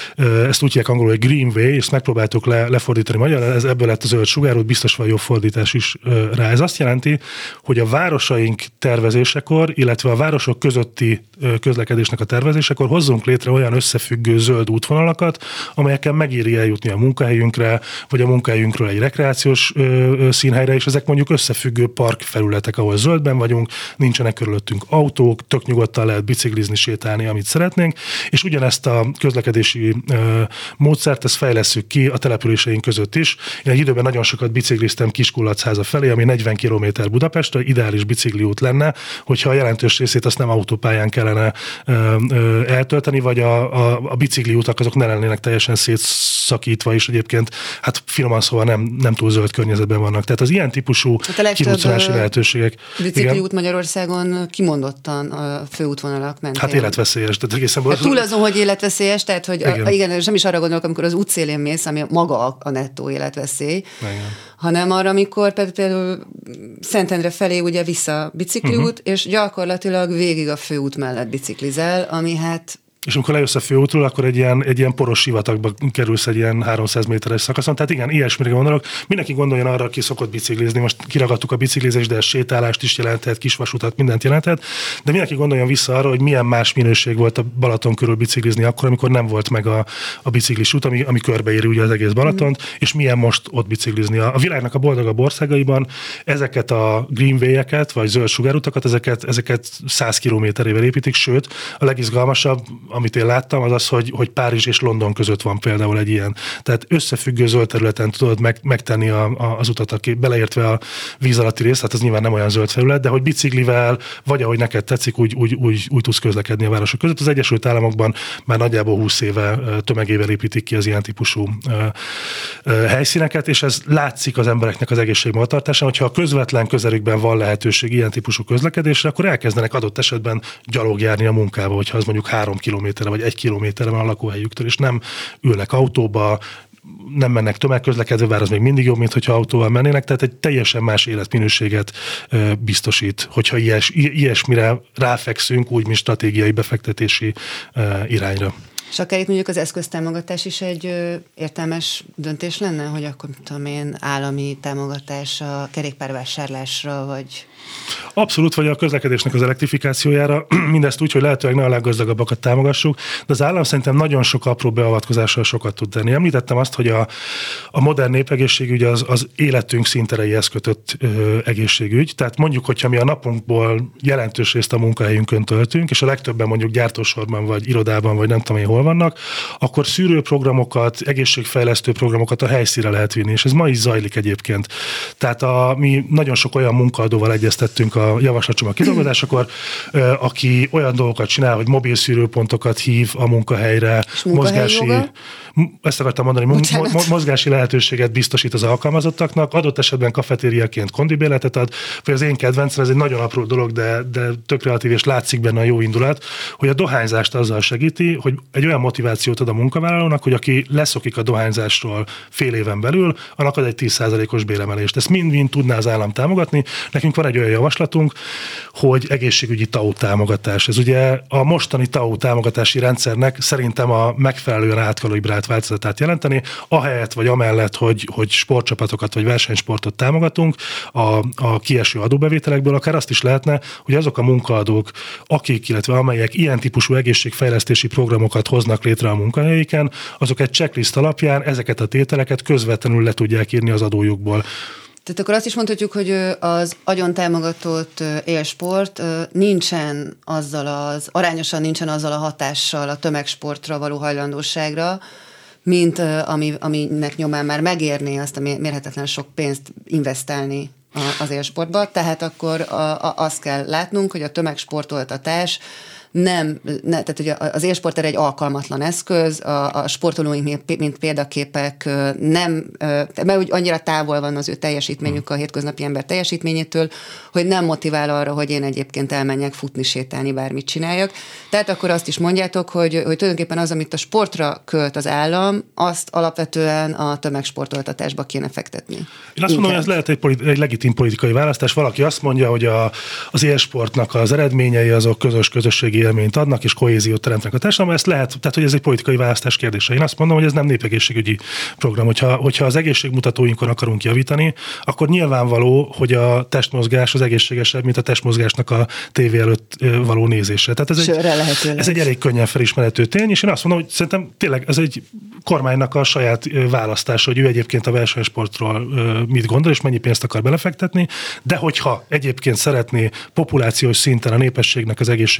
Ezt úgy hívják angolul, hogy Green Way, és megpróbáltuk le, lefordítani magyarra, ez ebből lett a zöld sugárút, biztos van jobb fordítás is rá. Ez azt jelenti, hogy a városaink tervezésekor, illetve a városok közötti közlekedésnek a tervezésekor hozzunk létre olyan összefüggő zöld útvonalakat, amelyekkel megéri eljutni a munkahelyünkre, vagy a munkahelyünkről egy rekreációs színhelyre, és ezek mondjuk összefüggő parkfelületek, ahol zöldben vagyunk, nincsenek körülöttünk autók, tök nyugodtan lehet biciklizni, sétálni, amit szeretnénk, és ugyanezt a közlekedési ö, módszert, ezt fejlesszük ki a településeink között is. Én egy időben nagyon sokat bicikliztem Kiskullacháza felé, ami negyven kilométer Budapestre, ideális bicikliút lenne, hogyha a jelentős részét azt nem autópályán kellene ö, ö, eltölteni, vagy a, a, a bicikliutak azok ne lennének teljesen szétszakítva, és egyébként hát finoman szóval nem, nem túl zöld környezetben vannak. Tehát az ilyen típusú kihúzolási lehetőségek. Bicikliút Magyarországon kimondottan a főútvonalak mentén. Hát életveszélyes. Tehát egészen hát túl azon, hogy életveszélyes, tehát hogy igen, a, igen nem is arra gondolok, amikor az útszélén mész, ami maga a, a nettó életveszély, igen, hanem arra, amikor például Szentendre felé ugye vissza bicikliút, uh-huh. és gyakorlatilag végig a főút mellett biciklizel, ami hát és amikor lejössz a főútról, akkor egy ilyen, egy ilyen poros sivatagba kerülsz egy ilyen háromszáz méteres szakaszon. Tehát igen, ilyesmire gondolok. Mindenki gondoljon arra, aki szokott biciklizni. Most kiragadtuk a biciklizést, de ez sétálást is jelentett, kisvasutat, mindent jelentett. De mindenki gondoljon vissza arra, hogy milyen más minőség volt a Balaton körül biciklizni akkor, amikor nem volt meg a, a biciklis út, ami, ami körbeéri ugye az egész Balatont, mm. és milyen most ott biciklizni. A, a világnak a boldogabb országaiban ezeket a greenway-eket, vagy zöld sugárutakat, ezeket, ezeket száz kilométerével építik, sőt, a legizgalmasabb, amit én láttam, az az, hogy, hogy Párizs és London között van például egy ilyen. Tehát összefüggő zöld területen tudod meg, megtenni a, a, az utat, aki beleértve a víz alatti részt, hát az nyilván nem olyan zöld felület, de hogy biciklivel, vagy ahogy neked tetszik, úgy, úgy, úgy, úgy tudsz közlekedni a városok között. Az Egyesült Államokban már nagyjából húsz éve tömegével építik ki az ilyen típusú ö, ö, helyszíneket, és ez látszik az embereknek az egészségmagatartásán, hogyha a közvetlen közelükben van lehetőség ilyen típusú közlekedésre, akkor elkezdenek adott esetben gyalogjárni a munkába, hogyha az mondjuk három kilométerre vagy egy kilométerre van a lakóhelyüktől, és nem ülnek autóba, nem mennek tömegközlekedve, bár az még mindig jobb, mint hogyha autóval mennének, tehát egy teljesen más életminőséget biztosít, hogyha ilyes, ilyesmire ráfekszünk, úgy, mint stratégiai befektetési irányra. És akár itt mondjuk az eszköztámogatás is egy ö, értelmes döntés lenne, hogy akkor tudom én, állami támogatás a kerékpárvásárlásra, vagy... Abszolút, vagy a közlekedésnek az elektrifikációjára, mindezt úgy, hogy lehetőleg ne a leggazdagabbakat támogassuk, de az állam szerintem nagyon sok apró beavatkozással sokat tud tenni. Említettem azt, hogy a, a modern népegészségügy az, az életünk színtereihez kötött ö, egészségügy, tehát mondjuk, hogyha mi a napunkból jelentős részt a munkahelyünkön töltünk, és a legtöbben mondjuk gyártósorban, vagy irodában, vagy nem tudom én hol vannak, akkor szűrőprogramokat, egészségfejlesztő programokat a helyszínre lehet vinni, és ez ma is zajlik egyébként. Tehát a, mi nagyon sok olyan munkaadóval egyeztettünk a javaslatcsomag kidolgozásakor, aki olyan dolgokat csinál, hogy mobil szűrőpontokat hív a munkahelyre, mozgási, ezt akartam mondani, mo- mozgási lehetőséget biztosít az alkalmazottaknak, adott esetben kafetériaként kondibérletet ad, vagy az én kedvencem, ez egy nagyon apró dolog, de, de tök kreatív, és látszik benne a jó indulat, hogy a dohányzást azzal segíti, hogy egy olyan motivációt ad a munkavállalónak, hogy aki leszokik a dohányzásról fél éven belül, annak ad egy tíz százalékos béremelést. Ezt mind-mind tudná az állam támogatni. Nekünk van egy olyan javaslatunk, hogy egészségügyi té á u támogatás. Ez ugye a mostani té á u támogatási rendszernek szerintem a megfelelően átkalibrált változatát jelenteni, ahelyett vagy amellett, hogy, hogy sportcsapatokat vagy versenysportot támogatunk a, a kieső adóbevételekből, akár azt is lehetne, hogy azok a munkaadók, akik, illetve amelyek ilyen típusú egészségfejlesztési programokat hoznak létre a munkahelyeken, azok egy checklist alapján ezeket a tételeket közvetlenül le tudják írni az adójukból. Tehát akkor azt is mondhatjuk, hogy az agyon támogatott élsport nincsen azzal az, arányosan nincsen azzal a hatással a tömegsportra való hajlandóságra, mint ami, aminek nyomán már megérné azt a mérhetetlen sok pénzt investálni az élsportba. Tehát akkor a, a, azt kell látnunk, hogy a tömegsportoltatás nem, ne, tehát ugye az élsport egy alkalmatlan eszköz, a, a sportolóink, mint példaképek nem, mert úgy annyira távol van az ő teljesítményük a hétköznapi ember teljesítményétől, hogy nem motivál arra, hogy én egyébként elmenjek futni, sétálni, bármit csináljak. Tehát akkor azt is mondjátok, hogy, hogy tulajdonképpen az, amit a sportra költ az állam, azt alapvetően a tömegsportoltatásba kéne fektetni. Én azt Inkább. mondom, hogy ez lehet egy, politi- egy legitim politikai választás. Valaki azt mondja, hogy a, az élsportnak az eredményei azok közös közösségi élményt adnak, és kohéziót teremtnek a társadalomban. Ezt lehet, tehát hogy ez egy politikai választás kérdése. Én azt mondom, hogy ez nem népegészségügyi program. Hogyha, hogyha az egészségmutatóinkon akarunk javítani, akkor nyilvánvaló, hogy a testmozgás az egészségesebb, mint a testmozgásnak a tévé előtt való nézése. Tehát ez, egy, ez egy elég könnyen felismerhető tény, és én azt mondom, hogy szerintem tényleg ez egy kormánynak a saját választása, hogy ő egyébként a versenysportról mit gondol, és mennyi pénzt akar belefektetni, de hogyha egyébként szeretné populációs szinten a népességnek az egészségét javítani,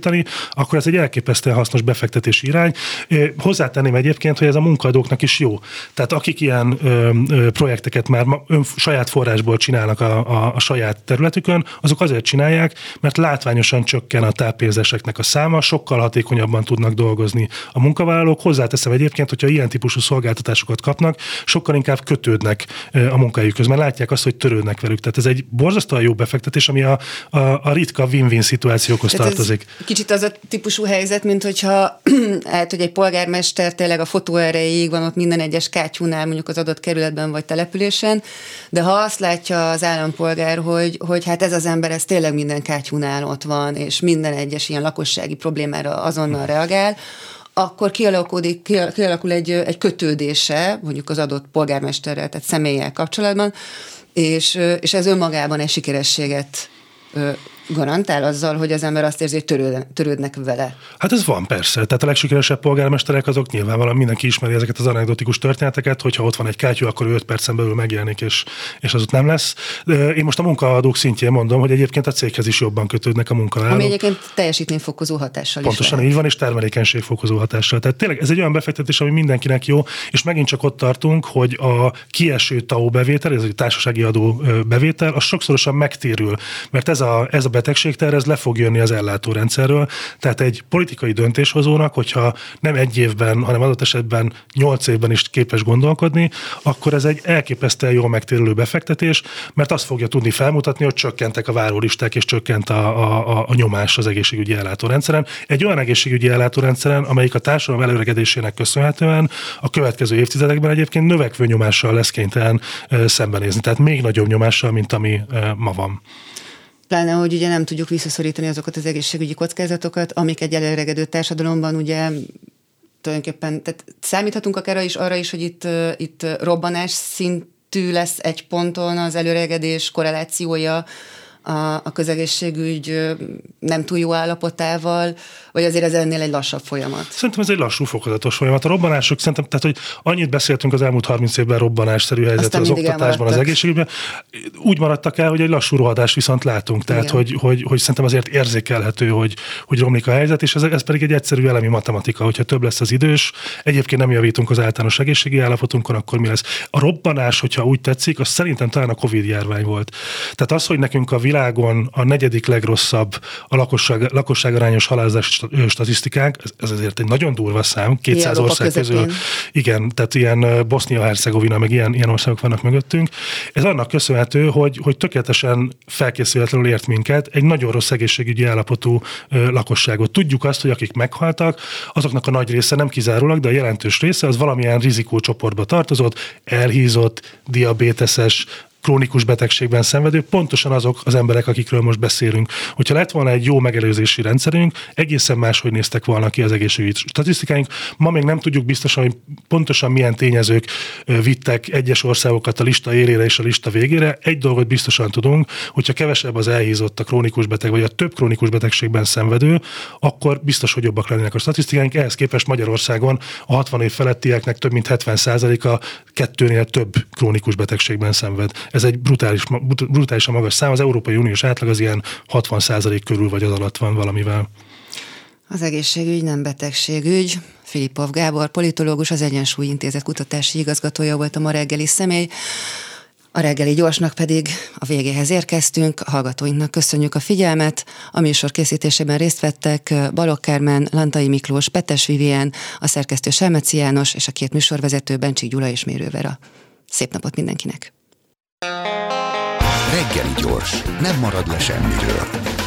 biztosítani, akkor ez egy elképesztően hasznos befektetési irány. Hozzátenném egyébként, hogy ez a munkaadóknak is jó. Tehát akik ilyen ö, ö, projekteket már ön, saját forrásból csinálnak a, a, a saját területükön, azok azért csinálják, mert látványosan csökken a táppénzeseknek a száma, sokkal hatékonyabban tudnak dolgozni a munkavállalók. Hozzáteszem egyébként, hogyha ilyen típusú szolgáltatásokat kapnak, sokkal inkább kötődnek a munkájukhoz, mert látják azt, hogy törődnek velük. Tehát ez egy borzasztóan jó befektetés, ami a, a, a ritka win-win szituációkhoz tehát tartozik. Kicsit az a típusú helyzet, mint hogyha hát, hogy egy polgármester tényleg a fotó erejéig van ott minden egyes kátyúnál, mondjuk az adott kerületben vagy településen, de ha azt látja az állampolgár, hogy, hogy hát ez az ember, ez tényleg minden kátyúnál ott van, és minden egyes ilyen lakossági problémára azonnal reagál, akkor kialakulik, kialakul egy, egy kötődése, mondjuk az adott polgármesterrel, tehát személlyel kapcsolatban, és, és ez önmagában egy sikerességet garantál azzal, hogy az ember azt érzi, hogy törőd, törődnek vele. Hát ez van, persze. Tehát a legsikeresebb polgármesterek azok nyilvánvalóan mindenki ismeri ezeket az anekdotikus történeteket, hogyha ott van egy kátyú, akkor ő öt percen belül megjelenik, és, és az ott nem lesz. Én most a munkaadók szintjén mondom, hogy egyébként a céghez is jobban kötődnek a munkavállalók. Ami egyébként teljesítményfokozó hatással Pontosan is. Pontosan így van, és termelékenységfokozó hatással. Tehát tényleg ez egy olyan befektetés, ami mindenkinek jó, és megint csak ott tartunk, hogy a kieső té á o bevétel, ez a társasági adó bevétel, az sokszorosan megtérül, mert ez a, ez a betegségterv, ez le fog jönni az ellátórendszerről. Tehát egy politikai döntéshozónak, hogyha nem egy évben, hanem adott esetben nyolc évben is képes gondolkodni, akkor ez egy elképesztően jól megtérülő befektetés, mert azt fogja tudni felmutatni, hogy csökkentek a várólisták, és csökkent a, a, a nyomás az egészségügyi ellátórendszeren. Egy olyan egészségügyi ellátórendszeren, amelyik a társadalom előregedésének köszönhetően a következő évtizedekben egyébként növekvő nyomással lesz kénytelen szembenézni. Tehát még nagyobb nyomással, mint ami ma van. Pláne, hogy ugye nem tudjuk visszaszorítani azokat az egészségügyi kockázatokat, amik egy előregedő társadalomban ugye tulajdonképpen, tehát számíthatunk akár is arra is, hogy itt, itt robbanás szintű lesz egy ponton az előregedés korrelációja a, a közegészségügy nem túl jó állapotával, vagy azért ez ennél egy lassabb folyamat? Szerintem ez egy lassú, fokozatos folyamat. A robbanások szerintem, tehát hogy annyit beszéltünk az elmúlt harminc évben robbanásszerű helyzetről az oktatásban, az egészségügyben, úgy maradtak el, hogy egy lassú rohadást viszont látunk. Tehát, hogy, hogy, hogy szerintem azért érzékelhető, hogy, hogy romlik a helyzet, és ez, ez pedig egy egyszerű elemi matematika, hogyha több lesz az idős, egyébként nem javítunk az általános egészségi állapotunkon, akkor mi lesz? A robbanás, hogyha úgy tetszik, az szerintem talán a Covid járvány volt. Tehát az, hogy nekünk a világon a negyedik legrosszabb a lakosság, lakosságarányos halálozás statisztikánk, ez azért egy nagyon durva szám, kétszáz ország közül. Igen, tehát ilyen Bosznia-Hercegovina, meg ilyen, ilyen országok vannak mögöttünk. Ez annak köszönhető, hogy, hogy tökéletesen felkészületlenül ért minket egy nagyon rossz egészségügyi állapotú ö, lakosságot. Tudjuk azt, hogy akik meghaltak, azoknak a nagy része, nem kizárólag, de a jelentős része az valamilyen rizikócsoportba tartozott, elhízott, diabéteses, krónikus betegségben szenvedő, pontosan azok az emberek, akikről most beszélünk. Hogyha lett volna egy jó megelőzési rendszerünk, egészen máshogy néztek volna ki az egészségügyi statisztikáink. Ma még nem tudjuk biztosan, hogy pontosan milyen tényezők vittek egyes országokat a lista élére és a lista végére. Egy dolgot biztosan tudunk, hogyha kevesebb az elhízott a krónikus beteg, vagy a több krónikus betegségben szenvedő, akkor biztos, hogy jobbak lennének a statisztikáink. Ehhez képest Magyarországon a hatvan év felettieknek több mint hetven százaléka kettőnél több krónikus betegségben szenved. Ez egy brutális, brutálisan magas szám, az Európai Uniós átlag az ilyen hatvan százalék körül vagy az alatt van valamivel. Az egészségügy nem betegségügy. Filipov Gábor, politológus, az Egyensúly Intézet kutatási igazgatója volt a ma reggeli személy. A reggeli gyorsnak pedig a végéhez érkeztünk, a hallgatóinknak köszönjük a figyelmet. A műsor készítésében részt vettek Balogh Kármen, Lantai Miklós, Petes Vivien, a szerkesztő Selmeci János és a két műsorvezető Bencsik Gyula és Mérő Vera. Szép napot mindenkinek! Reggeli gyors, nem marad le semmiről.